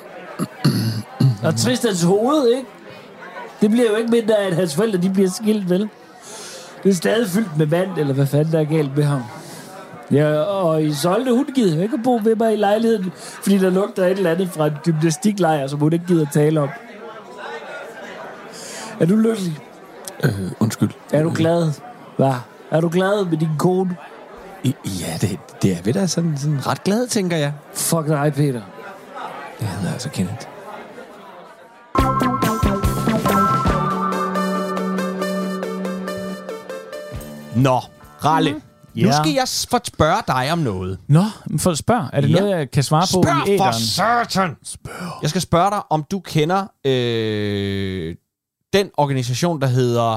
Og Tristans hoved, ikke? Det bliver jo ikke mindre af, at hans forældre de bliver skilt, vel? Det er stadig fyldt med vand, eller hvad fanden der er galt med ham. Ja, og Isolde, hun gider ikke at bo ved mig i lejligheden, fordi der lugter et eller andet fra en gymnastiklejr, som hun ikke gider at tale om. Er du lykkelig? Undskyld. Er du glad? Hvad? Er du glad med din kone? Ja, det er ved da sådan ret glad, tænker jeg. Fuck dig, Peter. Jeg hedder altså Kenneth. Nå, Ralle. Nu skal jeg spørge dig om noget. Nå, for at spørge. Er det noget, jeg kan svare på i æderen? Spørg for satan! Jeg skal spørge dig, om du kender den organisation, der hedder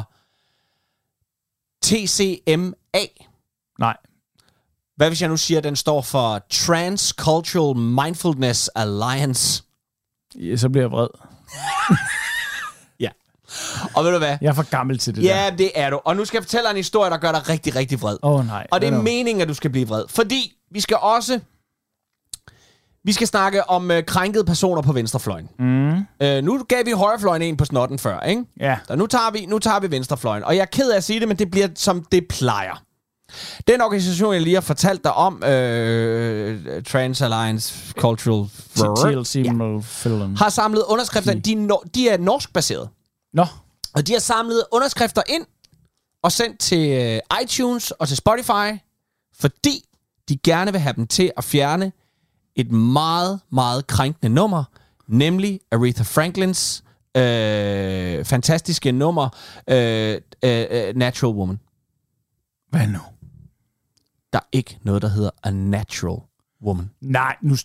TCMA. Nej. Hvad hvis jeg nu siger, at den står for Transcultural Mindfulness Alliance? Ja, så bliver jeg vred. Ja. Og ved du hvad? Jeg er for gammel til det der. Ja, det er du. Og nu skal jeg fortælle dig en historie, der gør dig rigtig, rigtig vred. Nej. Og det er meningen, at du skal blive vred. Fordi vi skal snakke om krænkede personer på venstrefløjen. Nu gav vi højrefløjen en på snotten før, ikke? Ja. Så nu tager vi venstrefløjen. Og jeg er ked af at sige det, men det bliver som det plejer. Den organisation, jeg lige har fortalt dig om, Trans Alliance Cultural har samlet underskrifter. De er norsk-baseret. Nå. Og de har samlet underskrifter ind og sendt til iTunes og til Spotify, fordi de gerne vil have dem til at fjerne et meget, meget krænkende nummer, nemlig Aretha Franklins fantastiske nummer Natural Woman. Hvad nu? Der er ikke noget, der hedder A Natural Woman. Nej, nu...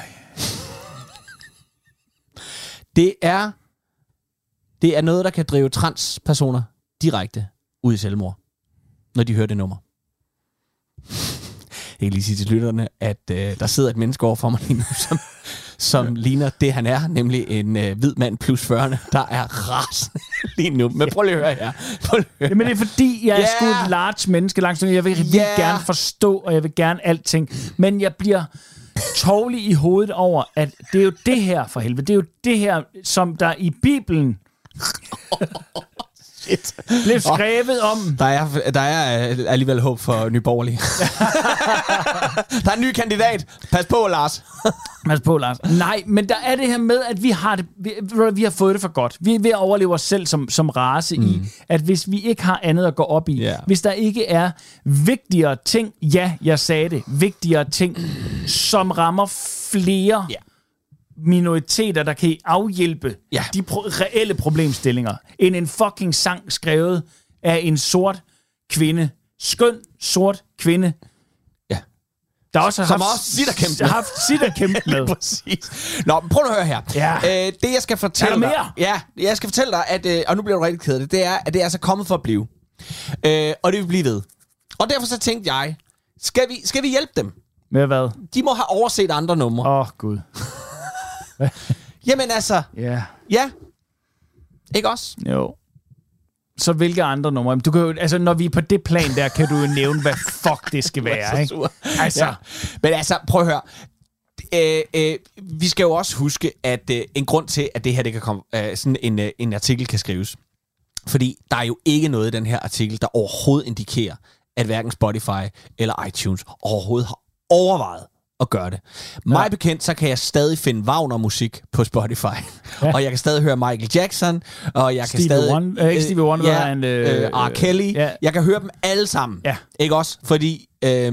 Det er noget, der kan drive transpersoner direkte ud i selvmord, når de hører det nummer. Jeg kan lige sige til lytterne, at der sidder et menneske over for mig lige nu, som ligner det, han er, nemlig en hvid mand plus 40'erne, der er rasende lige nu. Men prøv lige at høre her. Jamen det er fordi, jeg er sgu et large menneske langt. Jeg vil gerne forstå, og jeg vil gerne alting. Men jeg bliver tovlig i hovedet over, at det er jo det her for helvede. Det er jo det her, som der i Bibelen... Shit. blev skrevet om. Der er alligevel håb for Nye Borgerlige. Der er en ny kandidat. Pas på, Lars. Pas på, Lars. Nej, men der er det her med, at vi har fået det for godt. Vi er ved at overleve os selv som race i, at hvis vi ikke har andet at gå op i, hvis der ikke er vigtigere ting, jeg sagde det, vigtigere ting, som rammer flere minoriteter, der kan afhjælpe de reelle problemstillinger, end en fucking sang skrevet af en sort kvinde. Skøn, sort kvinde. Ja. Der også har haft sit at kæmpe med. Præcis. Nå, prøv at høre her. Ja. Det, jeg skal fortælle dig... Ja, jeg skal fortælle dig, at... og nu bliver du rigtig ked af det. Det er, at det er altså kommet for at blive. Og det vil blive ved. Og derfor så tænkte jeg, skal vi hjælpe dem? Med hvad? De må have overset andre numre. Gud. Jamen altså... Ja. Ikke også? Jo. Så hvilke andre numre? Du kan jo, altså, når vi er på det plan der, kan du jo nævne, hvad fuck det skal være, ikke? Altså. Ja. Men altså, prøv at høre. Vi skal jo også huske, at en grund til, at det her det kan komme, sådan en artikel kan skrives. Fordi der er jo ikke noget i den her artikel, der overhovedet indikerer, at hverken Spotify eller iTunes overhovedet har overvejet at gøre det. Mig bekendt, så kan jeg stadig finde Wagner-musik på Spotify. Og jeg kan stadig høre Michael Jackson, og jeg kan stadig... ikke Stevie Wonder, R. Kelly. Jeg kan høre dem alle sammen. Ikke også? Fordi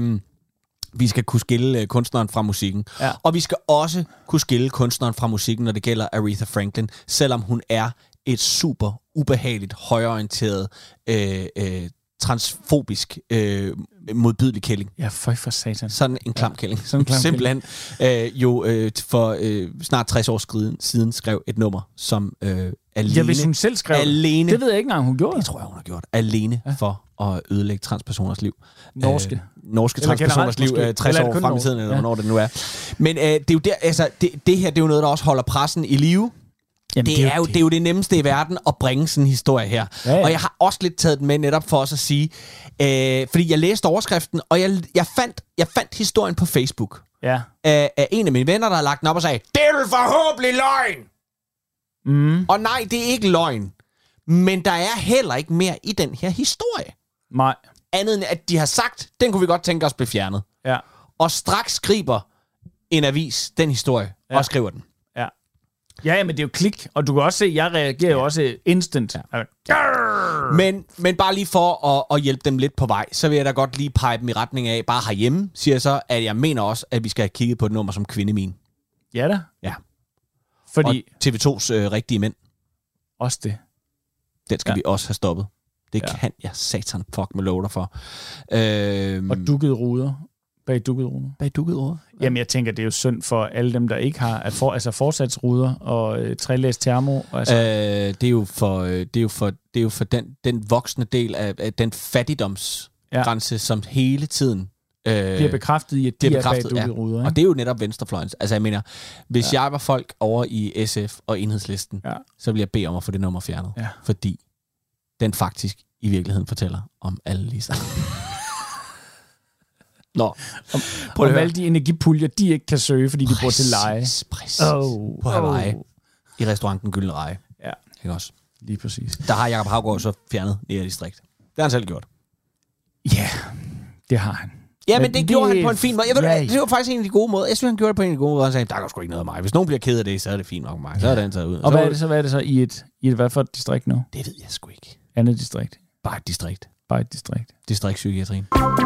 vi skal kunne skille kunstneren fra musikken. Og vi skal også kunne skille kunstneren fra musikken, når det gælder Aretha Franklin, selvom hun er et super ubehageligt, højreorienteret, transfobisk, modbydelig kælling. Ja, for satan. Sådan en klam kælling. Simpelthen for snart 60 år siden skrev et nummer, som alene... Ja, hvis hun selv skrev alene, det ved jeg ikke engang, hun gjorde. Det tror jeg, hun har gjort. Alene for at ødelægge transpersoners liv. Norske transpersoners liv 60 år frem i tiden, eller hvornår det nu er. Men det er jo der, altså, det her, det er jo noget, der også holder pressen i live. Jamen, det er jo det nemmeste i verden at bringe sådan en historie her. Og jeg har også lidt taget den med netop for os at sige, fordi jeg læste overskriften, og jeg fandt historien på Facebook. Af en af mine venner, der har lagt den op og sagde, det er forhåbentlig løgn! Og nej, det er ikke løgn. Men der er heller ikke mere i den her historie. Nej. Andet end at de har sagt, den kunne vi godt tænke os blive fjernet. Og straks skriver en avis den historie, og skriver den. Ja, men det er jo klik, og du kan også se, at jeg reagerer jo også instant. Men bare lige for at hjælpe dem lidt på vej, så vil jeg da godt lige pege dem i retning af, bare herhjemme, siger jeg så, at jeg mener også, at vi skal have kigget på et nummer som Kvindemin. Ja da. Ja. Fordi... Og TV2's rigtige mænd. Også det. Den skal vi også have stoppet. Det kan jeg satan fuck med lov dig for. Og dukkede ruder. Bag dukkede ruder? Ja. Jamen, jeg tænker, det er jo synd for alle dem, der ikke har forsatsruder og trælæs termo. Altså. Det er jo for den voksne del af den fattigdomsgrænse, som hele tiden bliver bekræftet i, at de er bag dukkede ruder. Ikke? Og det er jo netop venstrefløjens. Altså, jeg mener, hvis jeg var folk over i SF og Enhedslisten, så ville jeg bede om at få det nummer fjernet. Ja. Fordi den faktisk i virkeligheden fortæller om alle lige sammen. Nå. Om alle de energipuljer, de ikke kan søge, fordi de bor til leje. Præcis. På Hawaii. I restauranten Gyldne Reje. Ja. Ikke også? Lige præcis. Der har Jacob Haugaard så fjernet Nære Distrikt. Det har han selv gjort. Ja, det har han. Ja, men det gjorde han på en fin måde. Det var faktisk en af de gode måder. Jeg synes, han gjorde det på en af de gode måder. Han sagde, der går sgu ikke noget af mig. Hvis nogen bliver ked af det, så er det fint nok mig. Så er det taget ud. Og hvad er det så i et hvad for et distrikt nu? Det ved jeg sgu ikke. Andet distrikt? Bare et distrikt. Distriktspsykiatrien.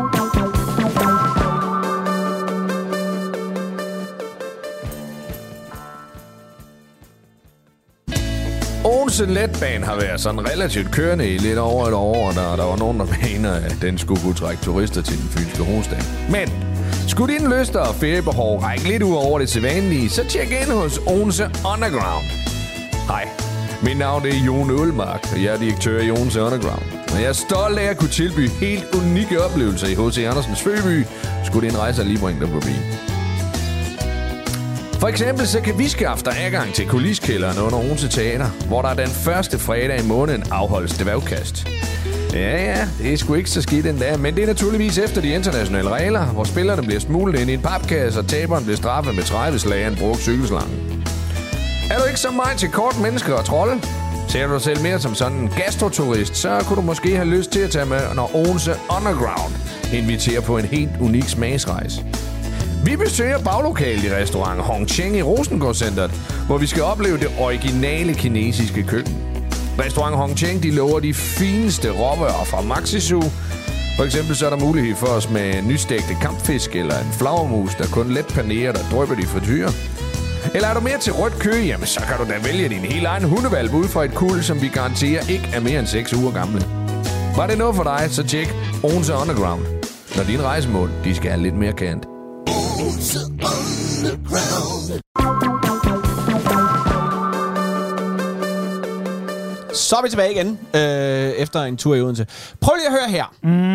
Odense Letbane har været sådan relativt kørende i lidt over et år, og der var nogen, der mener, at den skulle kunne trække turister til den fynske hovedstad. Men skulle dine lyster og feriebehov række lidt ud over det sædvanlige, så tjek ind hos Odense Underground. Hej, mit navn er Jon Ølmark, og jeg er direktør i Odense Underground. Og jeg er stolt af at kunne tilbyde helt unikke oplevelser i H.C. Andersens Føby. Skulle din rejse lige bringe dig forbi. For eksempel så kan vi skaffe dig adgang til kuliskælderen under Odense Teater, hvor der den første fredag i måneden afholdes dværgkast. Ja, det er sgu ikke så skidt endda, men det er naturligvis efter de internationale regler, hvor spillerne bliver smuglet ind i en papkasse, og taberen bliver straffet med 30 slag af en brugt cykelslange. Er du ikke så meget til kort mennesker og trolde? Ser du dig selv mere som sådan en gastroturist, så kunne du måske have lyst til at tage med, når Odense Underground inviterer på en helt unik smagsrejse. Vi besøger baglokalet i restaurant Hong Cheng i Rosengårdscenteret, hvor vi skal opleve det originale kinesiske køkken. Restaurant Hong Cheng, de lover de fineste råvarer fra Maxisu. For eksempel så er der mulighed for os med nystegte kampfisk eller en flagermus, der kun let panerer, der drypper i frityre. Eller er du mere til rødt kød, jamen så kan du da vælge din helt egen hundevalp ud fra et kuld, som vi garanterer ikke er mere end 6 uger gamle. Var det noget for dig, så tjek Odense Underground. Når dine rejsemål, de skal have lidt mere kant. Odense Underground. Så er vi tilbage igen, efter en tur i Odense. Prøv lige at høre her.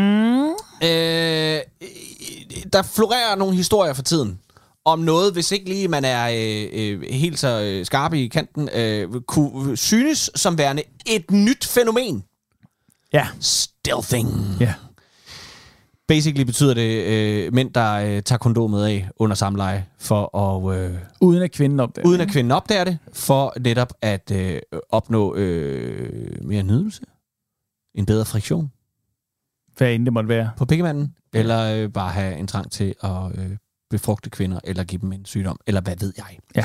Der florerer nogle historier for tiden om noget, hvis ikke lige man er helt så skarp i kanten, kunne synes som værende et nyt fænomen. Ja. Stealthing. Ja. Basically betyder det mænd, der tager kondomet af under samleje for at... Uden at kvinden opdager det. Uden at kvinden opdager det, for netop at opnå mere nydelse. En bedre friktion. Hvad end det måtte være. På pikkemanden. Eller bare have en trang til at befrugte kvinder, eller give dem en sygdom, eller hvad ved jeg. Ja.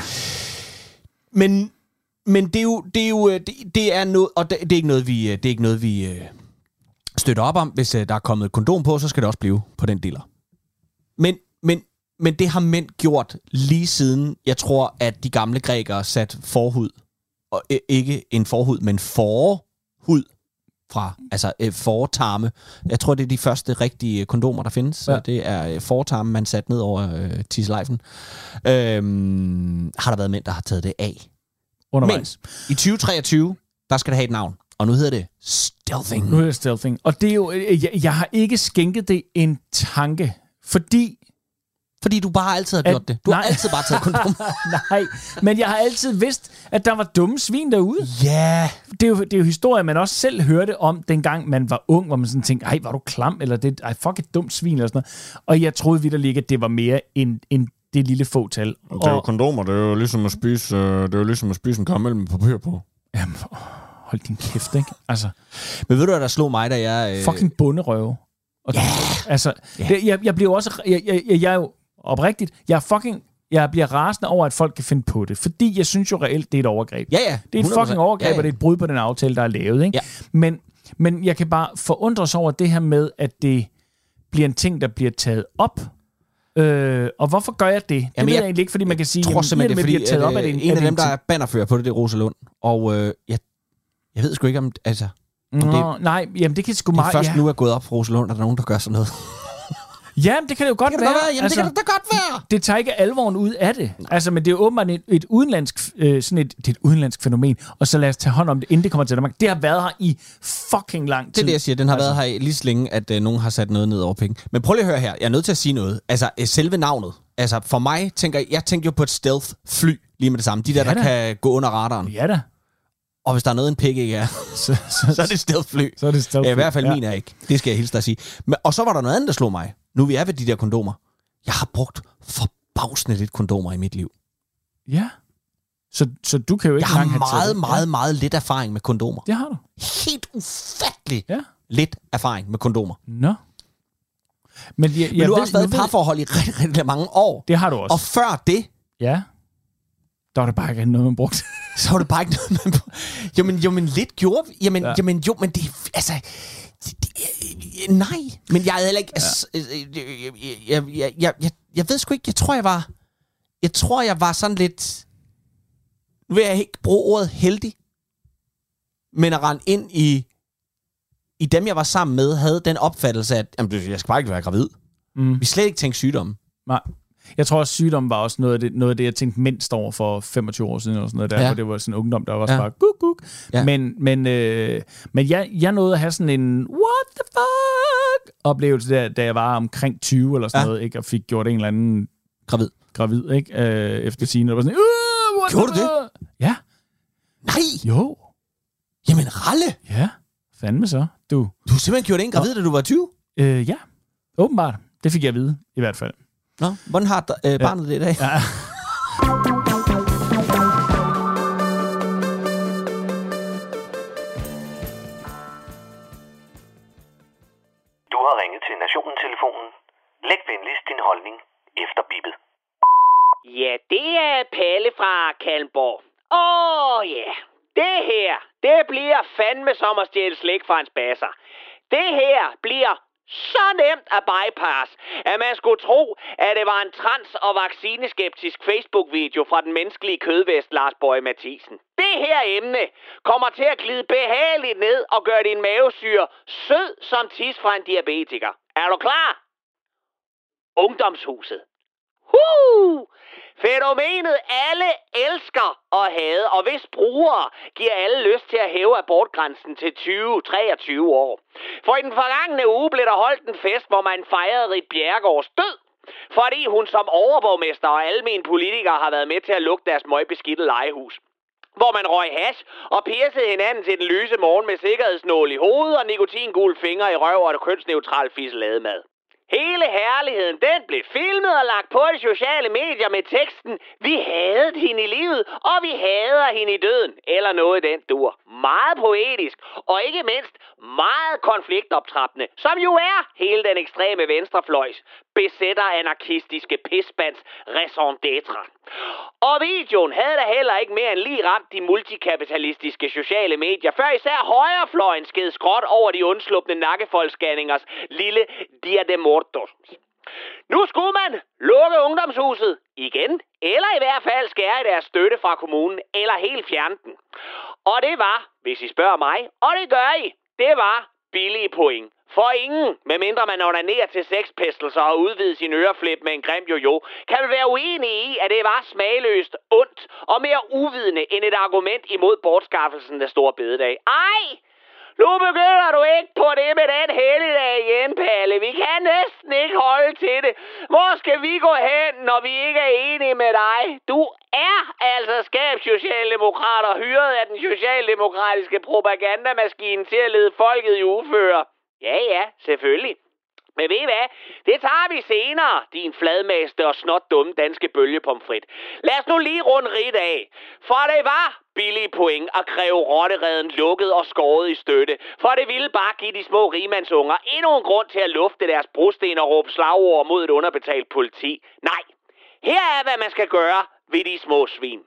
Men det er noget, og det er ikke noget vi støtter op om. Hvis der er kommet kondom på, så skal det også blive på den dealer. Men det har mænd gjort lige siden, jeg tror, at de gamle grækere satte forhud, og ikke en forhud, men forhud fra, altså fortarme. Jeg tror, det er de første rigtige kondomer, der findes. Ja. Det er fortarme, man satte ned over tisselejfen. Har der været mænd, der har taget det af. Undervejs. Men i 2023, der skal det have et navn. Og nu hedder det stealthing. Nu hedder det stealthing. Og det er jo, jeg har ikke skænket det en tanke, fordi du bare altid har gjort det. Du har altid bare taget kondom. Nej, men jeg har altid vidst, at der var dumme svin derude. Ja. Yeah. Det er jo historier, man også selv hørte om, dengang man var ung, hvor man sådan tænkte, ej, var du klam, eller det, ej, fuck et dumt svin, eller sådan noget. Og jeg troede vitterligt, at det var mere end det lille fåtal. Det er jo kondomer, det er jo ligesom at spise en karamel med papir på. Jamen, hold din kæft, ikke? Altså. Men ved du, hvad der slog mig, da jeg... Fucking bunderøve. Ja. Altså, jeg bliver også... Jeg er jo oprigtigt, jeg bliver rasende over, at folk kan finde på det. Fordi jeg synes jo reelt, det er et overgreb. Ja. Det er et fucking overgreb, og det er et brud på den aftale, der er lavet. Ikke? Ja. Men jeg kan bare forundres over det her med, at det bliver en ting, der bliver taget op. Og hvorfor gør jeg det? Det ved jeg egentlig ikke, fordi man kan sige, tror simpelthen, det er fordi, taget op, en af dem, der er bannerfører på det er Rosa Lund. Og jeg ved sgu ikke, om... Altså, nej, jamen det kan sgu meget... Det først nu er gået op for Rosa Lund, at der er nogen, der gør sådan noget. Jamen, det kan det jo godt være. Jamen, altså, det kan det da godt være. Det tager ikke alvoren ud af det. Altså, men det er jo åbenbart et udenlandsk, det er et udenlandsk fænomen, og så lad os tage hånd om det, inden det kommer til Danmark. Det har været her i fucking lang tid. Det er det, jeg siger. Den har været her lige så længe, at nogen har sat noget ned over penge. Men prøv lige at høre her. Jeg er nødt til at sige noget. Altså, selve navnet. Altså, for mig jeg tænker jo på et stealth-fly lige med det samme. De der kan gå under radaren. Ja da. Og hvis der er noget, en pik ikke er, så er det stealth-fly. Så er det stealth-fly. Ja, i hvert fald min er ikke. Det skal jeg hilse dig at sige. Og så var der noget andet, der slog mig. Nu vi er ved de der kondomer. Jeg har brugt forbavsende lidt kondomer i mit liv. Ja. Så du kan jo ikke engang have meget lidt erfaring med kondomer. Det har du. Helt ufattelig lidt erfaring med kondomer. Nå. Men du har også været i parforhold i rigtig mange år. Det har du også. Og før det... Ja. Der var det bare ikke noget, man brugte. Så var det bare ikke noget, man brugte. Jo, men lidt gjorde vi. Jamen, det... Altså... Nej, men jeg havde heller ikke... Jeg ved sgu ikke, jeg tror, jeg var sådan lidt... Nu vil jeg ikke bruge ordet heldig, men at rende ind i dem, jeg var sammen med, havde den opfattelse, at jeg skal bare ikke være gravid. Vi slet ikke tænkte sygdomme. Nej. Jeg tror også, sygdom var også noget af det, jeg tænkte mindst over for 25 år siden, eller sådan noget der, hvor det var sådan en ungdom, der var også bare guk. Ja. Men jeg nåede at have sådan en what the fuck oplevelse der, da jeg var omkring 20 eller sådan noget, ikke, og fik gjort en eller anden gravid, ikke, efter sigende. Der var sådan, gjorde du det? Ja. Nej! Jo. Jamen, ralle! Ja, fandme så. Du har simpelthen gjort en gravid, da du var 20? Ja, åbenbart. Det fik jeg at vide, i hvert fald. Nå, hvordan har barnet det i dag? Ja. ringet til Nationen-telefonen. Læg venligst din holdning efter bippet. Ja, det er Palle fra Kalmborg. Ja. Det her, det bliver fandme som at stjæle slik fra en spasser. Det her bliver så nemt at bypass, at man skulle tro, at det var en trans- og vaccineskeptisk Facebook-video fra den menneskelige kødvest Lars Boje Mathisen. Det her emne kommer til at glide behageligt ned og gøre din mavesyre sød som tis fra en diabetiker. Er du klar? Ungdomshuset. Fænomenet alle elsker og hader, og hvis brugere giver alle lyst til at hæve abortgrænsen til 20-23 år. For i den forgangne uge blev der holdt en fest, hvor man fejrede Ritt Bjerregaards død, fordi hun som overborgmester og almen politikere har været med til at lukke deres møgbeskidte legehus. Hvor man røg hash og piercede hinanden til den lyse morgen med sikkerhedsnål i hovedet og nikotingule fingre i røv og et kønsneutralt fisselademad. Hele herligheden, den blev filmet og lagt på de sociale medier med teksten: vi hadede hende i livet, og vi hader hende i døden. Eller noget i den dur. Meget poetisk, og ikke mindst meget konfliktoptrappende, som jo er hele den ekstreme venstrefløjs besætter-anarkistiske pisbands raison d'être. Og videoen havde da heller ikke mere end lige ramt de multikapitalistiske sociale medier, før især højrefløjen sked skråt over de undslupne nakkefoldskanningers lille Dia de Mortos. Nu skulle man lukke ungdomshuset igen, eller i hvert fald skære i deres støtte fra kommunen, eller helt fjerne den. Og det var, hvis I spørger mig, og det gør I, det var billige point. For ingen, medmindre man onanerer til Sex Pistols og har udvidet sin øreflip med en grim jojo, kan vel være uenig i, at det var smagløst, ondt og mere uvidende end et argument imod bortskaffelsen af Store Bededag. Ej! Nu begynder du ikke på det med den helligdag igen, Palle. Vi kan næsten ikke holde til det. Hvor skal vi gå hen, når vi ikke er enige med dig? Du er altså skabs-socialdemokrat og hyret af den socialdemokratiske propagandamaskine til at lede folket i uføre. Ja, selvfølgelig. Men ved I hvad? Det tager vi senere, din fladmaste og snot dumme danske bølgepomfrit. Lad os nu lige runde Ritt af. For det var billige point at kræve rottereden lukket og skåret i støtte. For det ville bare give de små rigmandsunger endnu en grund til at lufte deres brosten og råbe slagord mod et underbetalt politi. Nej, her er hvad man skal gøre ved de små svin.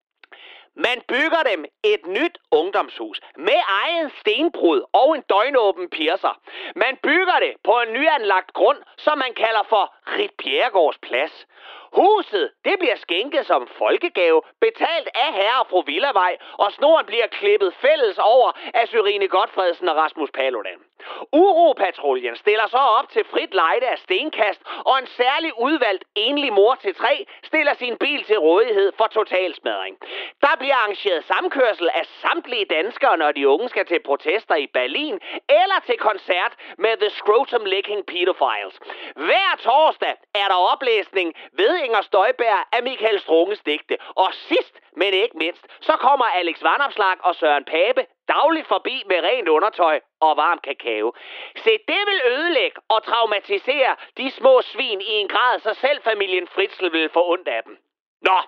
Man bygger dem et nyt ungdomshus med eget stenbrud og en døgnåben piercer. Man bygger det på en nyanlagt grund, som man kalder for Ritt Bjerregaards Plads. Huset, det bliver skænket som folkegave, betalt af herre og fru Villavej, og snoren bliver klippet fælles over af Sørine Godfredsen og Rasmus Paludan. Uropatruljen stiller så op til frit lejde af stenkast, og en særlig udvalgt enlig mor til 3 stiller sin bil til rådighed for totalsmadring. Der bliver arrangeret samkørsel af samtlige danskere, når de unge skal til protester i Berlin, eller til koncert med The Scrotum Licking Pedophiles. Hver torsdag er der oplæsning ved Inger Støjberg af Michael Strunges digte. Og sidst, men ikke mindst, så kommer Alex Vanopslagh og Søren Pape dagligt forbi med rent undertøj og varm kakao. Se, det vil ødelægge og traumatisere de små svin i en grad, så selv familien Fritzl vil få ondt af dem. Nå!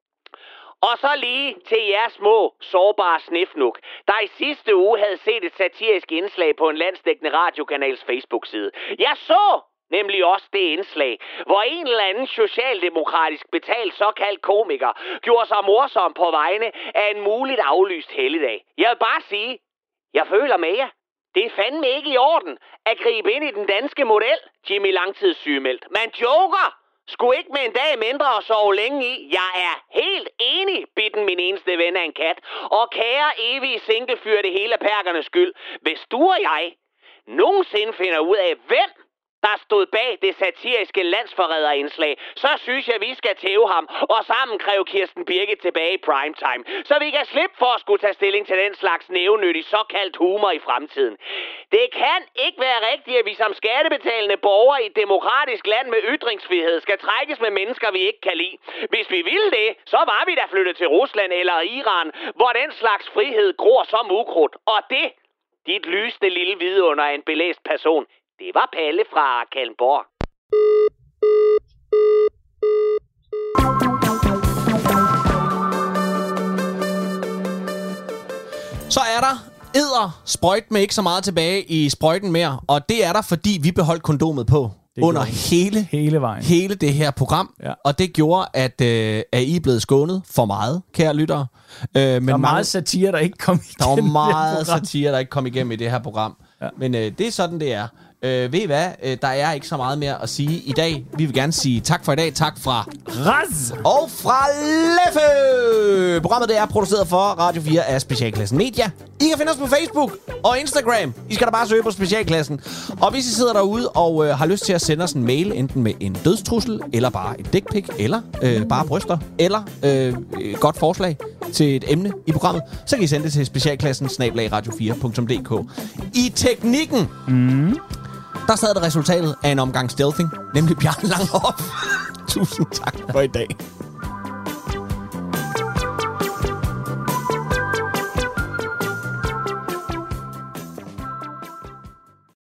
Og så lige til jer små, sårbare snifnuk, der i sidste uge havde set et satirisk indslag på en landsdækkende radiokanals Facebook-side. Jeg så nemlig også det indslag, hvor en eller anden socialdemokratisk betalt såkaldt komiker gjorde sig morsom på vegne af en muligt aflyst helligdag. Jeg vil bare sige, jeg føler med jer. Det er fandme ikke i orden at gribe ind i den danske model, Jimmy Langtidssygemeldt. Man joker! Skulle ikke med en dag mindre og sove længe i. Jeg er helt enig, bitten min eneste ven af en kat. Og kære evige singlefyr, det hele er perkernes skyld. Hvis du og jeg nogensinde finder ud af, hvem der stod bag det satiriske landsforræderindslag, så synes jeg, vi skal tæve ham og sammen kræve Kirsten Birgit tilbage i primetime, så vi kan slippe for at skulle tage stilling til den slags nævnyttig såkaldt humor i fremtiden. Det kan ikke være rigtigt, at vi som skattebetalende borgere i et demokratisk land med ytringsfrihed skal trækkes med mennesker, vi ikke kan lide. Hvis vi ville det, så var vi da flyttet til Rusland eller Iran, hvor den slags frihed gror som ukrudt. Og det, dit lysende lille vidunder af en belæst person, det var Palle fra Kalmborg. Så er der sprøjt med ikke så meget tilbage i sprøjten mere. Og det er der, fordi vi beholdt kondomet på under hele det her program. Ja. Og det gjorde, at I er blevet skånet for meget, kære lyttere. Men der er meget satire, der ikke kom igennem. Der var meget satire, der ikke kom igennem i det her program. Ja. Men det er sådan, det er. Ved I hvad? Der er ikke så meget mere at sige i dag. Vi vil gerne sige tak for i dag. Tak fra Ras og fra Leffe. Programmet det er produceret for Radio 4 af Specialklassen Media. I kan finde os på Facebook og Instagram. I skal da bare søge på Specialklassen. Og hvis I sidder derude og har lyst til at sende os en mail, enten med en dødstrussel, eller bare et dick pic, eller bare bryster, eller et godt forslag til et emne i programmet, så kan I sende det til specialklassen@radio4.dk. I teknikken der sad det resultatet af en omgang stealthing, nemlig Bjarne Langhoff. Tusind tak for i dag.